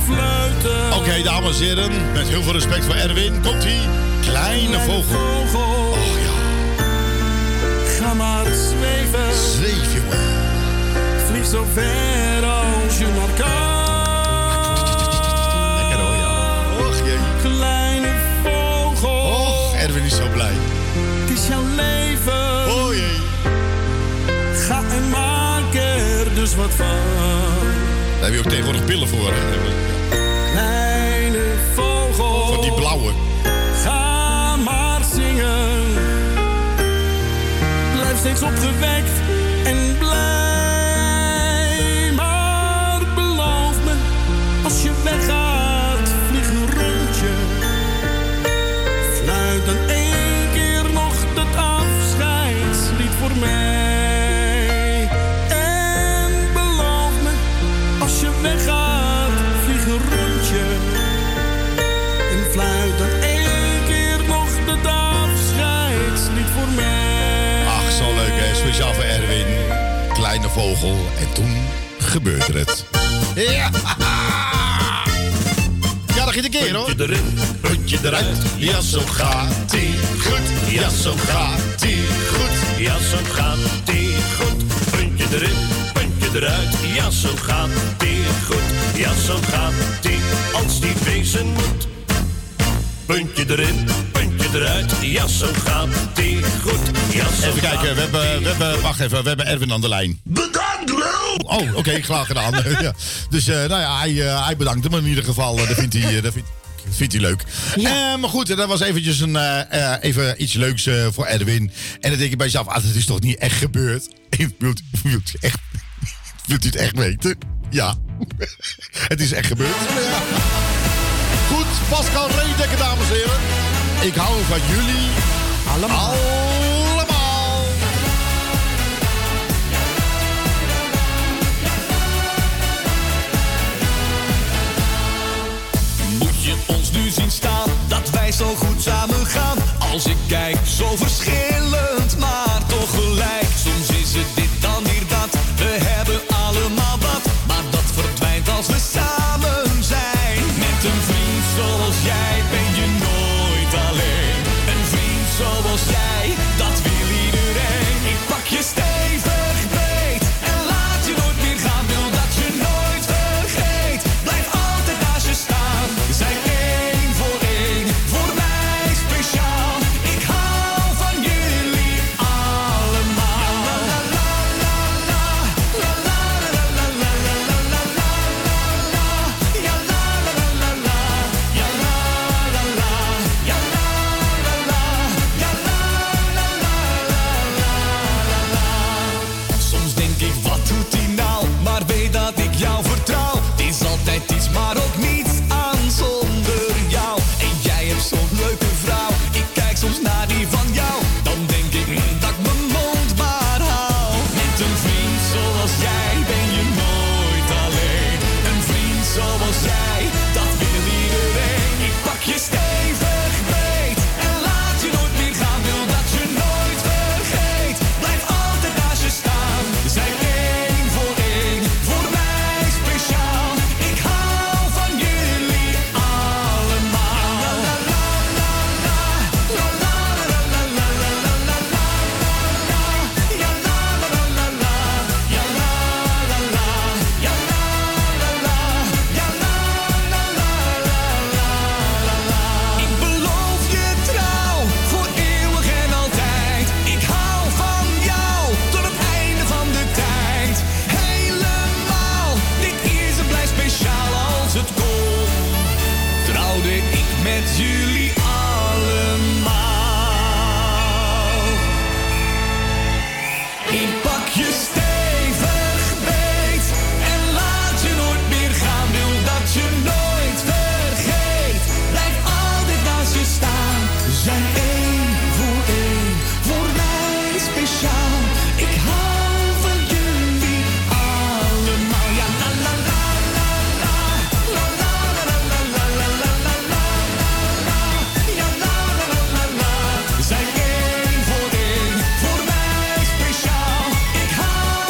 Speaker 12: fluiten.
Speaker 1: Oké, okay, dames en heren, met heel veel respect voor Erwin, komt-ie. Kleine, Kleine vogel.
Speaker 12: vogel.
Speaker 1: Oh ja.
Speaker 12: Ga maar zweven.
Speaker 1: Zweef, jongen.
Speaker 12: Vlieg zo ver als je maar kan.
Speaker 1: Lekker hoor, ja. Och, jee.
Speaker 12: Kleine vogel.
Speaker 1: Och, Erwin is zo blij.
Speaker 12: Het is jouw leven.
Speaker 1: Oh jee.
Speaker 12: Ga en maak er dus wat van.
Speaker 1: Daar heb je ook tegenwoordig pillen voor, hè?
Speaker 12: Kleine vogel.
Speaker 1: Voor die blauwe.
Speaker 12: Ga maar zingen. Blijf steeds opgewekt en blij. Maar beloof me, als je weggaat, vlieg een rondje. Fluit dan één keer nog dat afscheidslied voor mij. En beloof me, als je weggaat, vlieg een rondje. En fluit dan één keer nog dat afscheidslied voor mij.
Speaker 1: Ach, zo leuk hè, speciaal voor Erwin. Kleine vogel. En toen gebeurde het. Ja! Ja, dat ging een keer hoor.
Speaker 4: Puntje erin, puntje eruit. Ja, zo gaat ie goed. Ja, zo gaat ie goed. Ja, zo gaat ie goed. Puntje erin, puntje eruit. Ja, zo gaat ie goed. Ja, zo gaat ie als die wezen moet. Puntje erin, puntje eruit. Ja, zo gaat ie goed. Ja, zo
Speaker 1: even kijken, we hebben, we hebben, wacht even, we hebben Erwin aan de lijn.
Speaker 4: Bedankt, Lul!
Speaker 1: Oh, oké, okay, graag gedaan. Ja. Dus uh, nou ja, hij, uh, hij bedankt hem in ieder geval. Uh, dat vindt hij, uh, dat vindt, vindt hij leuk. Ja. Uh, maar goed, dat was eventjes een, uh, uh, even iets leuks uh, voor Erwin. En dan denk ik bij jezelf, ah, dat is toch niet echt gebeurd? Wilt, wilt, echt, wilt u het echt weten? Ja, het is echt gebeurd. Ja. Goed, Pascal Reedekker, dames en heren. Ik hou van jullie allemaal. allemaal.
Speaker 6: Moet je ons nu zien staan, dat wij zo goed samen gaan. Als ik kijk, zo verschillend, maar toch gelijk. Soms is het dit, dan weer dat. We hebben allemaal wat, maar dat verdwijnt als we samen zijn. Met een vriend zoals jij ben je nooit alleen. Een vriend zoals jij, dat wil iedereen. Ik pak je stevig beet en laat je nooit meer gaan. Wil dat je nooit vergeet, blijf altijd naast je staan. We zijn één voor één, voor mij speciaal. Ik hou van jullie allemaal. La la la la la, la la la la la la la la la la. Ja la la la la la, ja la la la, ja la la la, ja la la la la la. Soms denk ik, wat doet hij nou? Maar weet dat ik jou vertrouw. Het is altijd iets, maar ook niets aan zonder jou. En jij hebt zo'n leuke vrouw. Ik kijk soms naar die van jou. Dan denk ik mm, dat ik mijn mond maar hou. Met een vriend zoals jij ben je nooit alleen. Een vriend zoals jij, dat wil iedereen. Ik pak je stevig beet en laat je nooit meer gaan. Wil dat je nooit vergeet, blijf altijd naast je staan. We zijn één voor één, voor mij speciaal. Ik hou van jullie allemaal. La la la la la, la la la la la la la la la. Ja la la la la la, ja la la la, ja la la la, ja la la la la la. Ik beloof je trouw, voor eeuwig en altijd. Ik hou van jou, tot het einde van de tijd. Helemaal, dit is en blijft speciaal als het kon. Trouwde ik met jullie allemaal. Ik pak je stevig beet en laat je nooit meer gaan. Wil dat je nooit vergeet, blijf altijd naast je staan. We zijn één voor één, voor mij speciaal. Ik hou van jullie allemaal. Ja la la la la la, la la la la la la la la la. Ja la la la la la. We zijn één voor één, voor mij speciaal. Ik hou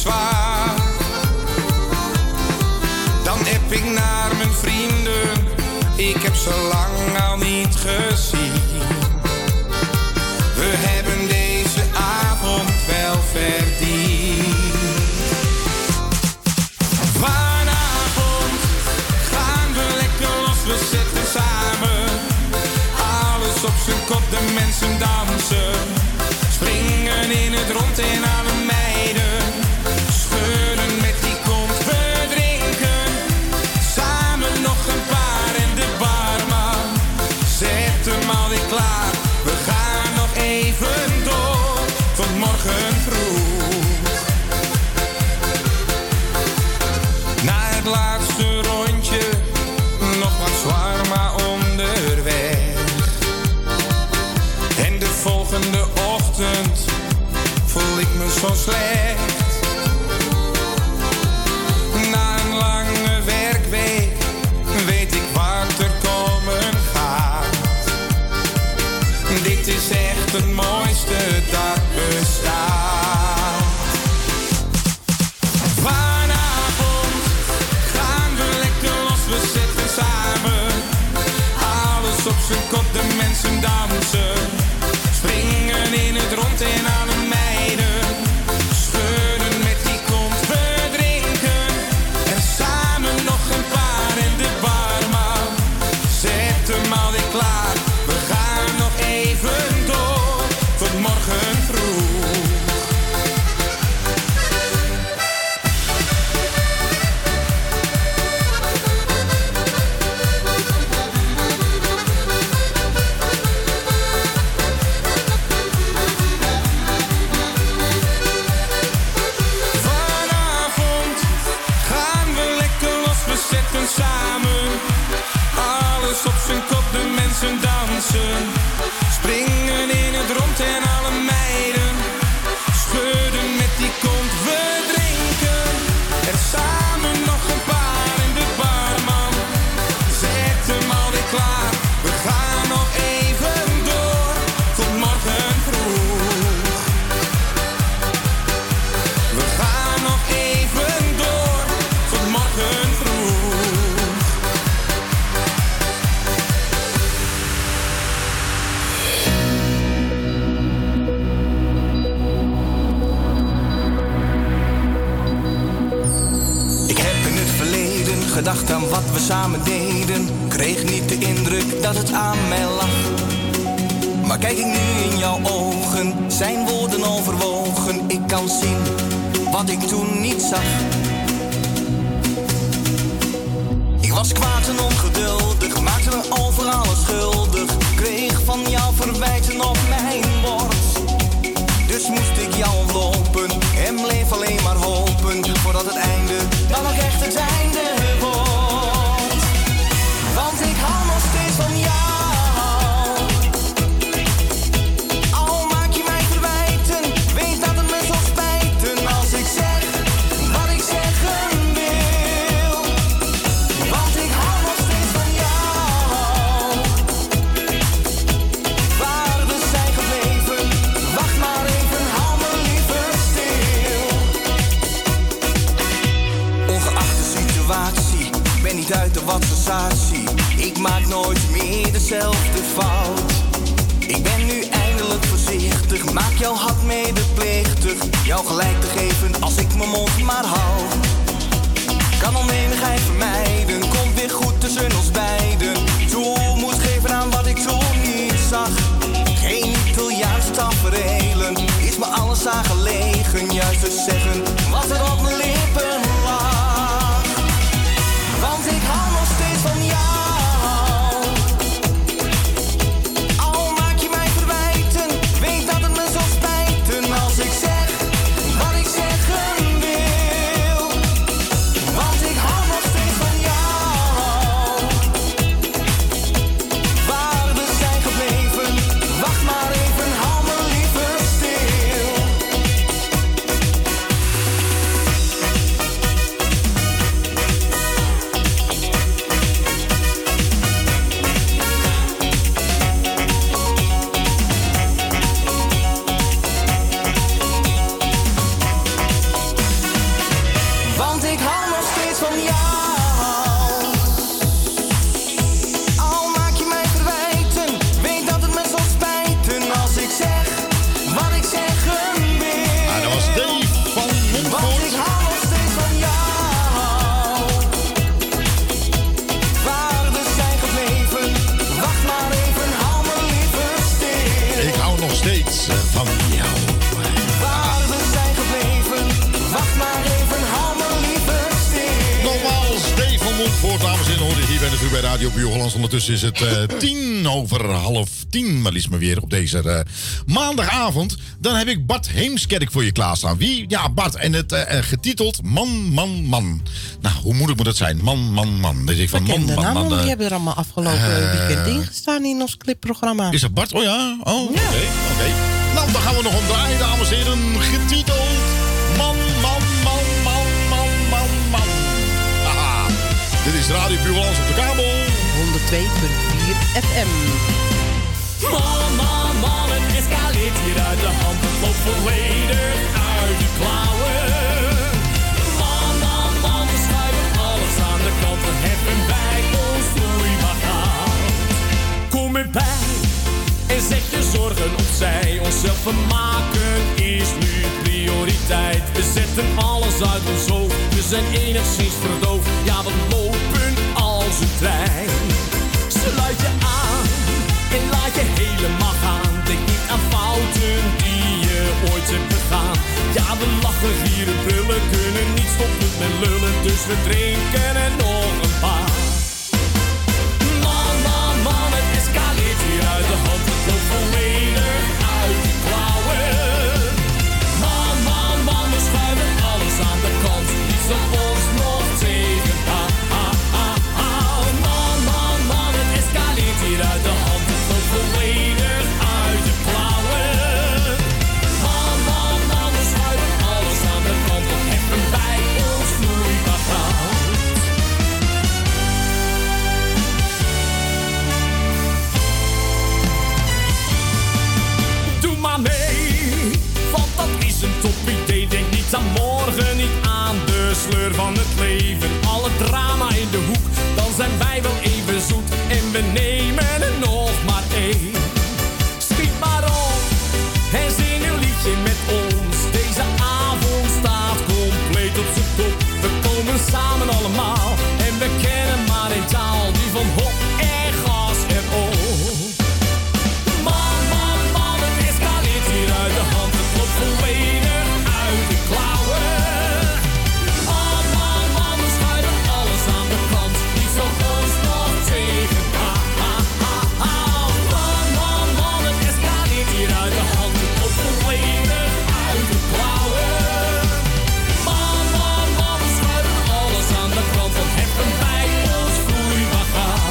Speaker 6: zwaar. Dan app ik naar mijn vrienden, ik heb ze lang al niet gezien. We hebben deze avond wel verdiend. Vanavond gaan we lekker los, we zetten samen alles op zijn kop, de mensen dansen. Springen in het rond en alle meiden schudden met die kont. We drinken samen nog een paar en de barman zet hem alweer klaar. We gaan nog even door tot morgen vroeg. Na het laatste rondje nog wat zwaar maar onderweg. En de volgende ochtend voel ik me zo slecht. Na een lange werkweek weet ik wat er komen gaat. Dit is echt het mooiste dat bestaat. Vanavond gaan we lekker los, we zetten samen alles op zijn kop, de mensen dansen. Springen in het rond en alle meiden schudden met die kont. We drinken er samen nog een paar en de barman zet hem alweer klaar. We gaan nog even door tot morgen vroeg. Vanavond gaan we lekker los, we zetten samen alles op zijn kop, de mensen dansen. Springen in het rond en alle meiden schudden met die kont. We drinken er samen nog een paar en de barman zet hem alweer klaar. We gaan nog even door tot morgen vroeg. We gaan nog even door tot morgen vroeg.
Speaker 15: Ik heb in het verleden gedacht aan wat we samen deden. Kreeg niet de indruk dat het aan mij lag. Maar kijk ik nu in jouw ogen, zijn woorden overwogen. Ik kan zien wat ik toen niet zag. Ik was kwaad en ongeduldig, maakte me overal schuldig. Kreeg van jou verwijten op mijn bord. Dus moest ik jou ontlopen en bleef alleen maar hopen, voordat het einde dan ook echt het einde wordt. Want ik hou nog steeds van jou. Al maak je mij verwijten, weet dat het me zal spijten als ik zeg wat ik zeggen wil. Want ik hou nog steeds van jou. Waar we zijn gebleven, wacht maar even, hou me liever stil. Ongeacht de situatie, ben niet uit de watsensatie. Ik maak nooit meer dezelfde fout. Ik ben nu eindelijk voorzichtig, maak jouw hart medeplichtig. Jou gelijk te geven als ik mijn mond maar hou. Kan onenigheid vermijden, komt weer goed tussen ons beiden. Toe moet geven aan wat ik toen niet zag. Geen Italiaanse taferelen, is me alles aangelegen. Juist te zeggen wat er op mijn lippen lag. Want ik hou nog steeds van jou. Al maak je mij verwijten, weet dat het me zal spijten als ik zeg wat ik zeggen wil. ik hou nog steeds van jou. Al maak je mij verwijten, weet dat het me zal spijten als ik zeg wat ik zeggen wil.
Speaker 1: Ah, dat was Dave van Montfort.
Speaker 15: Want ik hou nog steeds van jou. Waar we zijn gebleven, wacht maar even, hou me liever stil.
Speaker 1: Ik hou nog steeds eh, van jou.
Speaker 15: Waar we zijn gebleven, wacht maar even, hou me liever stil.
Speaker 1: Nogmaals, Dave van Montfort, dames en heren, hoor je hier bij natuurlijk bij Radio Puur Hollands. Ondertussen is het eh, tien over half tien, maar liefst maar weer op deze eh, maandagavond. Dan heb ik Bart Heemskerk voor je klaarstaan. Wie? Ja, Bart. En het eh, getiteld Man, Man, Man. Nou, hoe moeilijk moet het zijn? Man, Man, Man. Dus ik van man,
Speaker 11: de
Speaker 1: man,
Speaker 11: naam,
Speaker 1: man.
Speaker 11: want
Speaker 1: eh,
Speaker 11: die hebben er allemaal afgelopen
Speaker 1: eh,
Speaker 11: weekend ingestaan in ons clipprogramma.
Speaker 1: Is dat Bart? Oh ja? Oh, oké. oké. Nou, dan gaan we nog omdraaien, dames en heren. Getiteld Man, Man, Man, Man, Man, Man, Man. Haha. Dit is Radio Puur Hollands op de kabel.
Speaker 11: honderd twee punt vier F M.
Speaker 6: Man, man, man, het escaleert hier uit de hand. Het loopt volledig uit de klauwen. Man, man, man, we schuiven alles aan de kant. We heffen bij ons vloeibagaal. Kom erbij en zet je zorgen opzij. Onszelf vermaken is nu prioriteit. We zetten alles uit ons hoofd. We zijn enigszins verdoofd. Ja, we lopen als een trein. Sluit je aan en laat je helemaal gaan. Denk niet aan fouten die je ooit hebt begaan. Ja, we lachen, gieren, brullen, kunnen niet stoppen met lullen. Dus we drinken er nog een paar. Man, man, man, het escaleert hier uit de hand. Het loopt volledig uit de klauwen. Man, man, man, we schuiven alles aan de kant. Niets op ons nog tegen. Ah, ah, ah, ah. Man, man, man, het escaleert hier uit de hand. Het loopt volledig uit de klauwen. Man, man, man, we schuiven alles aan de kant. We heffen bij ons vloeibagaal. Doe maar mee, want dat is een top idee. Denk niet aan morgen, niet aan de sleur van het leven. Alle drama in de hoek, dan zijn wij wel even zoet. En we nemen er nog maar één. Schiet maar op en zing een liedje met ons. Deze avond staat compleet op zijn kop. We komen samen allemaal en we kennen maar een taal. Die van hop en gas erop. Man, man, man, het escaleert hier uit de hand. Het loopt volledig uit de klauwen. Man, man, man, we schuiven alles aan de kant. Niets op ons nog tegen. Ah, ah, ah, ah. Man, man, man, het escaleert hier uit de hand. Het loopt volledig uit de klauwen. Man, man, man, we schuiven alles aan de kant. We heffen bij ons vloeibagaal.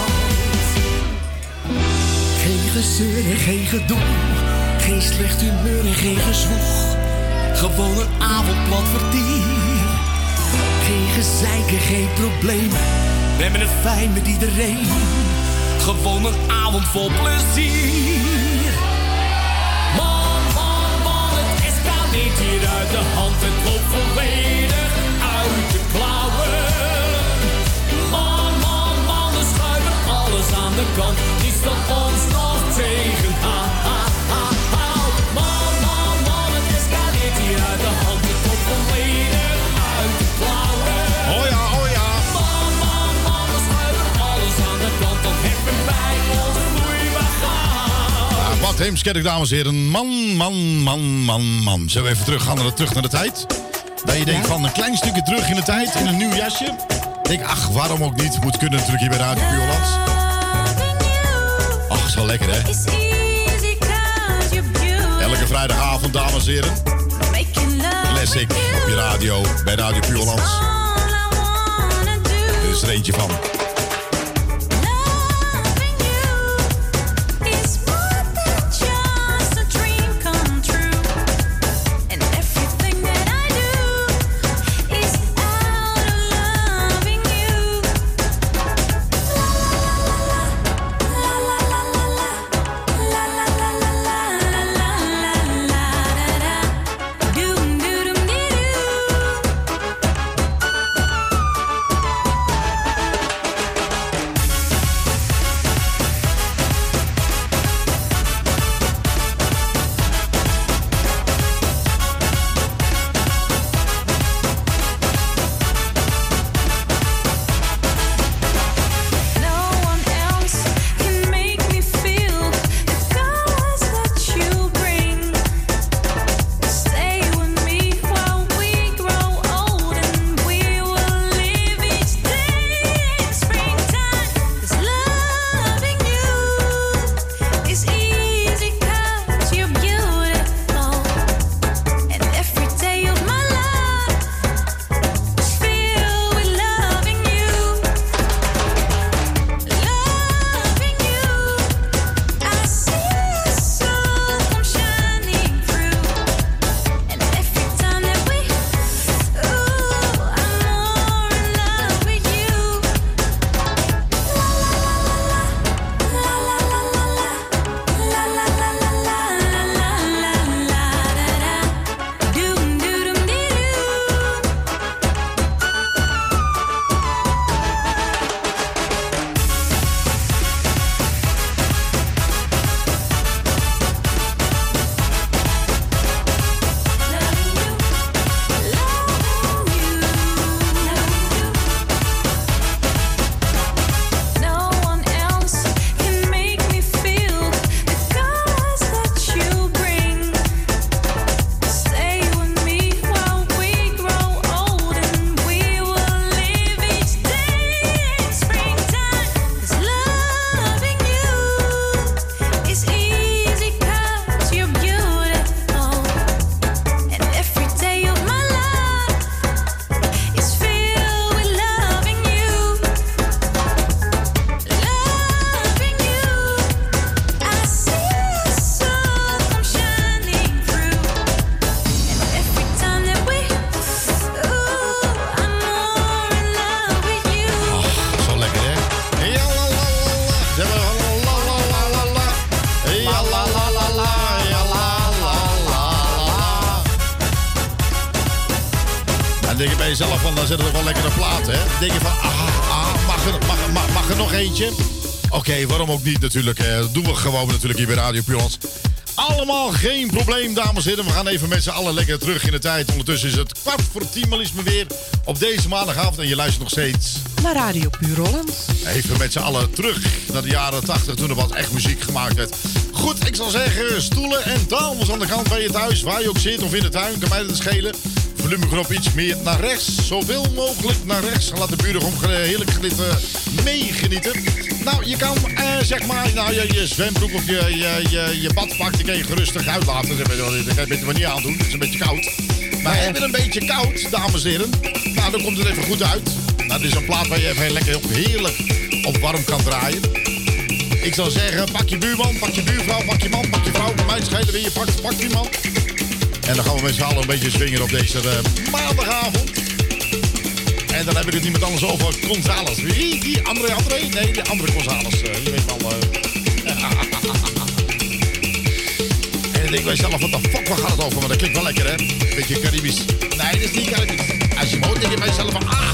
Speaker 5: Geen gezeur en geen gedoe, geen slecht humeur en geen gezwoeg. Gewoon een avondplat vertier. Geen gezeik en geen problemen, we hebben het fijn met iedereen.
Speaker 6: Gewoon een avond vol plezier. Man, man, man, het escaleert hier uit de hand. Het loopt volledig uit de klauwen. Man, man, man, we schuiven alles aan de kant. Niets dat ons nog tegen. Ah, ah, ah, ah. Man, man, man, het escaleert hier uit de hand. Het loopt volledig uit de klauwen.
Speaker 1: Oh ja, oh ja.
Speaker 6: Man, man, man, we schuiven alles aan de kant. Dan heffen wij ons vloeibagaal.
Speaker 1: Ja, Bart Heemskerk, dames en heren. Man, man, man, man, man. Zullen we even terug gaan naar de, terug naar de tijd? Dat je denkt van een klein stukje terug in de tijd, in een nieuw jasje. Denk, ach, waarom ook niet? Moet kunnen natuurlijk hier bij Radio Puur Hollands. Ach, is wel lekker, hè? Elke vrijdagavond, dames en heren. Classic op je radio, bij Radio Puur Hollands. Er is er eentje van. je zelf van, dan zit er wel lekkere plaat, hè? Dan denk je van, ah, ah mag, er, mag, mag, mag er nog eentje? Oké, okay, waarom ook niet natuurlijk. Hè? Dat doen we gewoon natuurlijk hier bij Radio Puurlands. Allemaal geen probleem, dames en heren. We gaan even met z'n allen lekker terug in de tijd. Ondertussen is het kwart voor tien maar weer op deze maandagavond. En je luistert nog steeds
Speaker 11: naar Radio Puur Holland.
Speaker 1: Even met z'n allen terug naar de jaren tachtig, toen er wat echt muziek gemaakt werd. Goed, ik zal zeggen, stoelen en tafels aan de kant bij je thuis. Waar je ook zit of in de tuin, kan mij dat schelen. Volumeknop iets meer naar rechts. Zoveel mogelijk naar rechts. Laat de buren gewoon heerlijk genieten, meegenieten. Nou, je kan eh, zeg maar nou, je, je zwembroek of je, je, je, je badpak, die kan je gerustig uitlaten. Dat kan je maar niet aandoen, het is een beetje koud. Maar heb je een beetje koud, dames en heren? Nou, dan komt het even goed uit. Nou, dit is een plaat waar je even lekker heerlijk op warm kan draaien. Ik zou zeggen, pak je buurman, pak je buurvrouw, pak je man, pak je vrouw. Bij mij schelen wie je pakt, pak die man. En dan gaan we met z'n allen een beetje swingen op deze uh, maandagavond. En dan heb ik het niemand anders over Gonzales. Wie? Die André André? Nee, de andere Gonzales. Uh, je weet wel. Uh... en dan denk ik bij jezelf, wat de fuck, waar gaat het over? Maar dat klinkt wel lekker, hè? Beetje Caribisch. Nee, dat is niet Caribisch. Als je moet, denk je bij jezelf van, ah!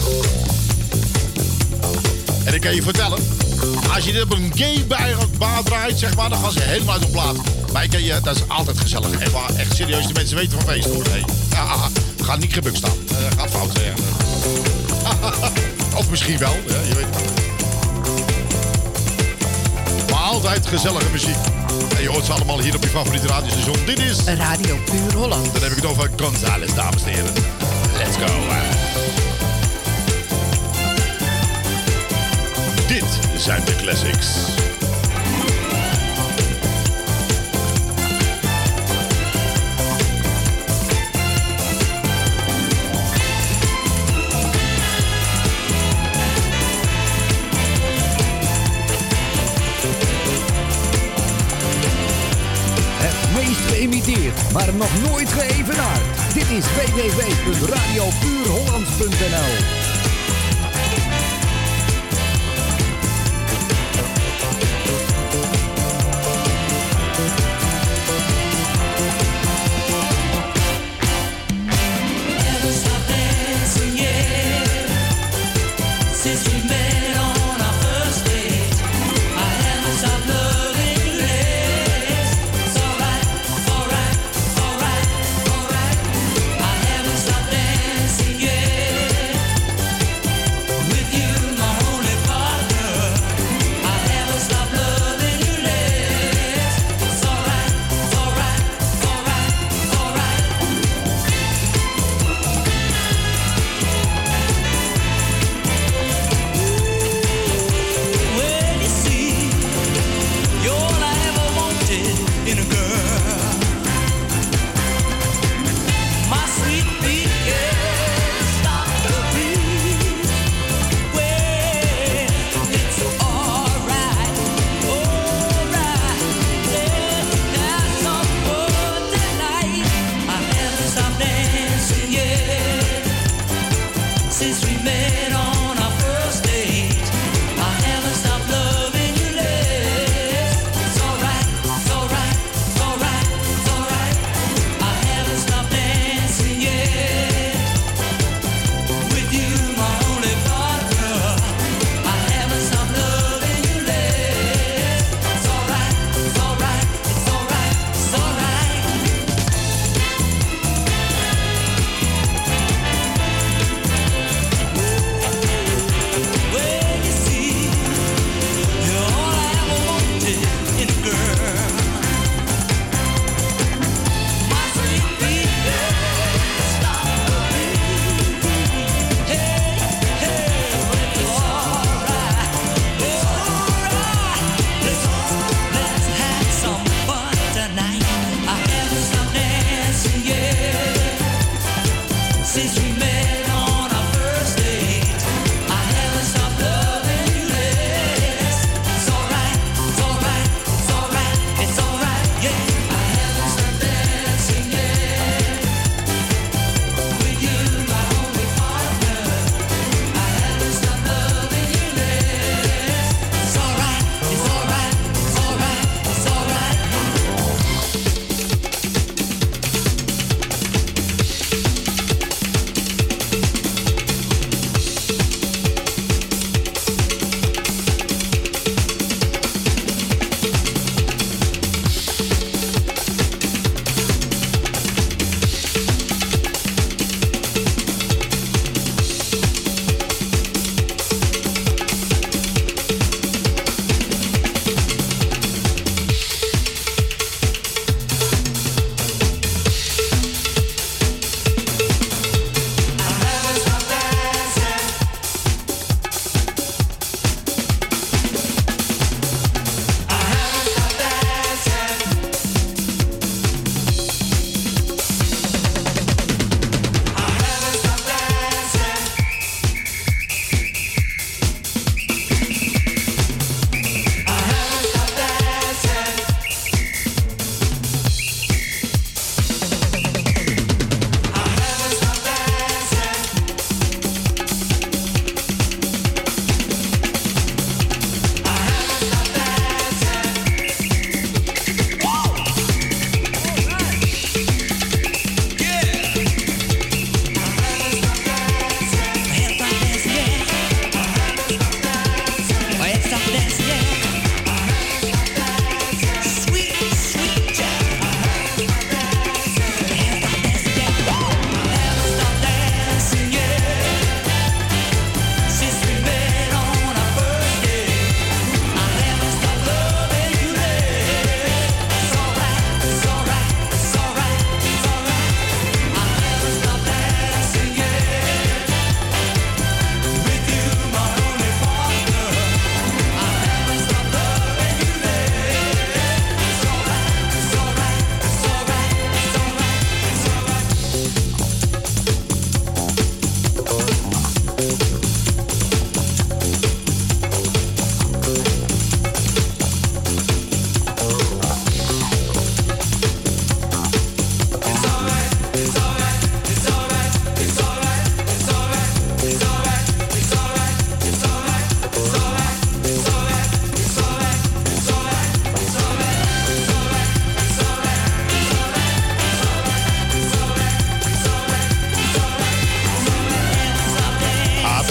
Speaker 1: En ik kan je vertellen, als je dit op een gay bar draait, zeg maar, dan gaan ze helemaal uit op plaat. Maar ik kan je, dat is altijd gezellig. Echt, waar, echt serieus, de mensen weten van feest hoor. Nee. Ja, we gaan niet gebukt staan. Dat uh, gaat fout zijn. Of misschien wel, ja, je weet het. Maar altijd gezellige muziek. En je hoort ze allemaal hier op je favoriete radiostation. Dit is
Speaker 11: Radio Puur Holland.
Speaker 1: Dan heb ik het over Gonzales, dames en heren. Let's go. Dit zijn de classics.
Speaker 10: Geïmiteerd, maar nog nooit geëvenaard. Dit is w w w punt radio puur hollands punt n l.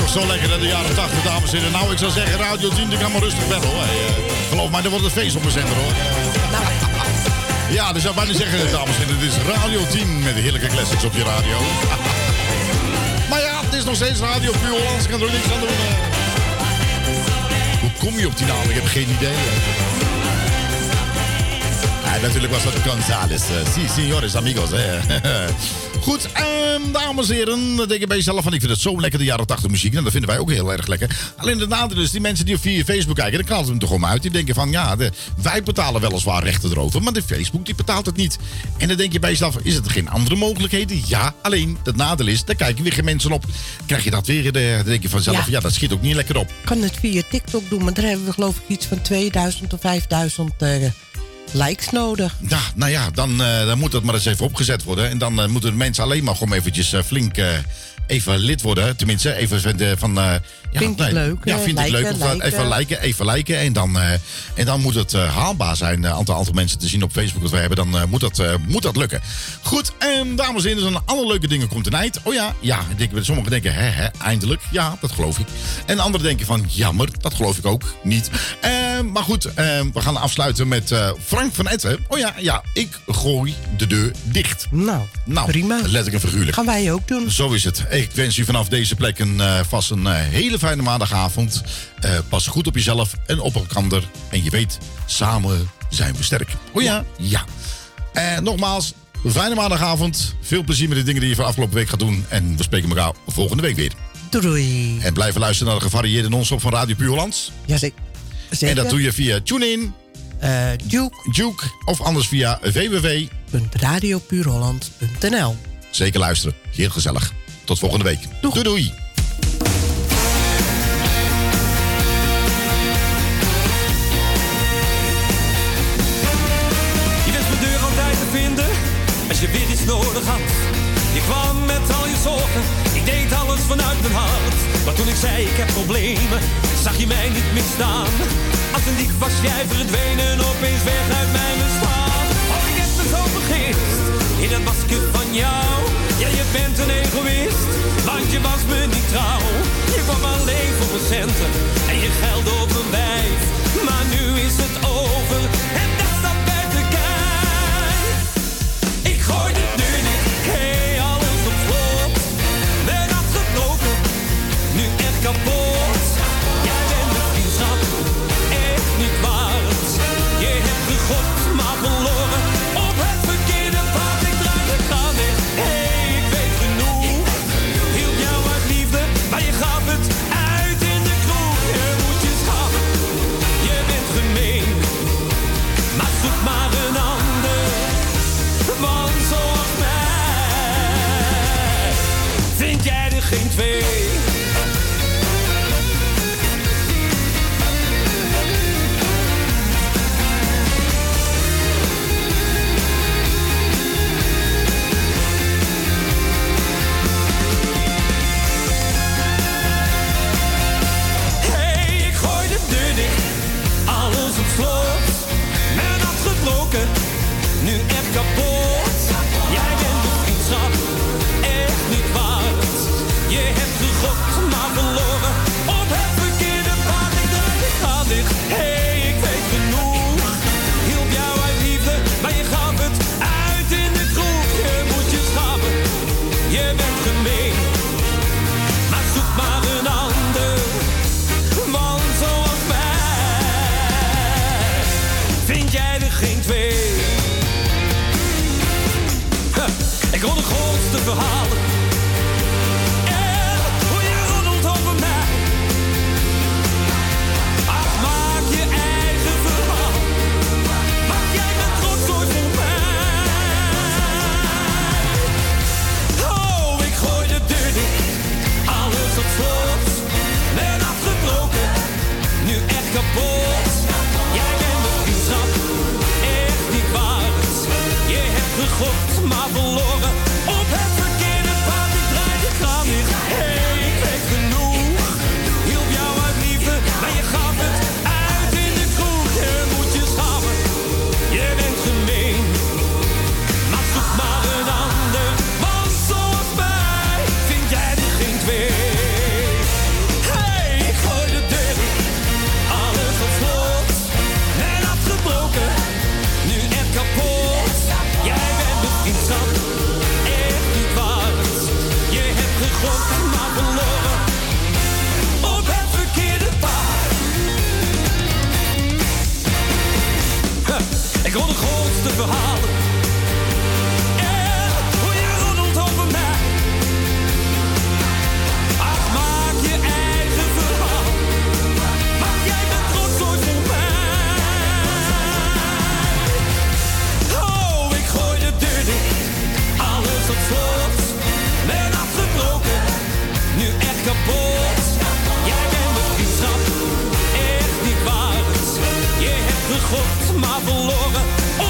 Speaker 1: zo lekker in de jaren tachtig, dames en heren. Nou, ik zou zeggen, Radio tien, die kan maar rustig bellen, hoor. Hey, uh, geloof mij, er wordt het feest op mijn zender, hoor. Nou. Ja, dus zou bijna zeggen, dames en heren, dit is Radio tien met de heerlijke classics op je radio. Maar ja, het is nog steeds Radio Puur Hollands, ik kan er ook niks aan doen. Uh. Hoe kom je op die naam? Ik heb geen idee. Ja, natuurlijk was dat Gonzales. Uh, si, signores, amigos. Hè. Goed, um, dames en heren, dan denk je bij jezelf van, ik vind het zo lekker, de jaren tachtig muziek. En dat vinden wij ook heel erg lekker. Alleen de nadeel is, die mensen die op via Facebook kijken, dan knalt het hem toch om uit. Die denken van, ja, de, wij betalen weliswaar rechten erover, maar de Facebook die betaalt het niet. En dan denk je bij jezelf, is het geen andere mogelijkheden? Ja, alleen, het nadeel is, daar kijken weer geen mensen op. Krijg je dat weer, dan denk je vanzelf, ja, ja dat schiet ook niet lekker op.
Speaker 11: Kan het via TikTok doen, maar daar hebben we geloof ik iets van tweeduizend of vijfduizend... Uh... likes nodig.
Speaker 1: Ja, nou ja, dan, uh, dan moet dat maar eens even opgezet worden. En dan uh, moeten de mensen alleen maar gewoon eventjes uh, flink uh, even lid worden. Tenminste, even van... Uh, van uh, ja,
Speaker 11: vind
Speaker 1: nee,
Speaker 11: het leuk.
Speaker 1: Ja, vind het leuk. Of
Speaker 11: liken.
Speaker 1: even liken, even liken. En dan, uh, en dan moet het uh, haalbaar zijn. Een aantal, aantal mensen te zien op Facebook wat we hebben. Dan uh, moet, dat, uh, moet dat lukken. Goed, en dames en heren, er zijn alle leuke dingen komt een eind. Oh ja, ja. Denk, sommigen denken, hè, hè, eindelijk. Ja, dat geloof ik. En anderen denken van, jammer, dat geloof ik ook niet. Uh, maar goed, uh, we gaan afsluiten met uh, Frank van Etten. Oh ja, ja, ik gooi de deur dicht.
Speaker 11: Nou,
Speaker 1: nou
Speaker 11: prima.
Speaker 1: Letterlijk en figuurlijk.
Speaker 11: Gaan wij ook doen.
Speaker 1: Zo is het. Ik wens u vanaf deze plek een, uh, vast een uh, hele fijne maandagavond. Uh, pas goed op jezelf en op elkander. En je weet, samen zijn we sterk. Oh ja? Ja. En nogmaals, fijne maandagavond. Veel plezier met de dingen die je voor afgelopen week gaat doen. En we spreken elkaar volgende week weer.
Speaker 11: Doei.
Speaker 1: En blijven luisteren naar de gevarieerde non-stop van Radio Puur Hollands.
Speaker 11: Jazeker.
Speaker 1: En dat doe je via TuneIn.
Speaker 11: Uh, Juke.
Speaker 1: Juke. Of anders via w w w
Speaker 11: punt radio puur holland punt n l.
Speaker 1: Zeker luisteren. Heel gezellig. Tot volgende week. Doeg. Doei doei.
Speaker 6: Je wist mijn deur altijd te vinden als je weer iets nodig had. Je kwam met al je zorgen, ik deed alles vanuit mijn hart. Maar toen ik zei ik heb problemen, zag je mij niet meer staan. Als een dief was jij verdwenen, opeens weg uit mijn bestaan. Oh, ik heb me zo vergist, in het masker van jou. Ja, je bent een egoïst, want je was me niet trouw. Je kwam alleen voor mijn centen en je geld op mijn wijf. Maar nu is het over en dat staat buiten kijf. Ik gooi het nu niet, hey, alles op slot. Ben afgebroken, nu echt kapot. Jij bent de vriendschap, echt niet waard. Je hebt gegokt, maar verloren. Op het verkeerde pad, ik draai de kraan weg. Hey, ik weet genoeg. Hielp jou uit liefde, maar je gaf het uit in de kroeg. Je moet je schamen, je bent gemeen. Maar zoek maar een ander, want zoals mij vind jij er geen twee. Hey, ik gooi de deur dicht, alles op slot. Ben afgebroken, nu echt kapot. Jij bent de vriendschap, echt niet waard. Je hebt gegokt, maar verloren. Op het verkeerde pad, ik draai de kraan dicht. Hey, ik weet genoeg. Hielp jou uit liefde, maar je gaf het uit in de kroeg. Je moet je schamen, je bent gemeen. Maar zoek maar een ander, want zoals mij vind jij er geen twee. Huh, ik hoor de grootste verhalen. En hoe je roddelt over mij. echt kapot. Jij bent de vriendschap echt niet waard. Je hebt gegokt, maar verloren.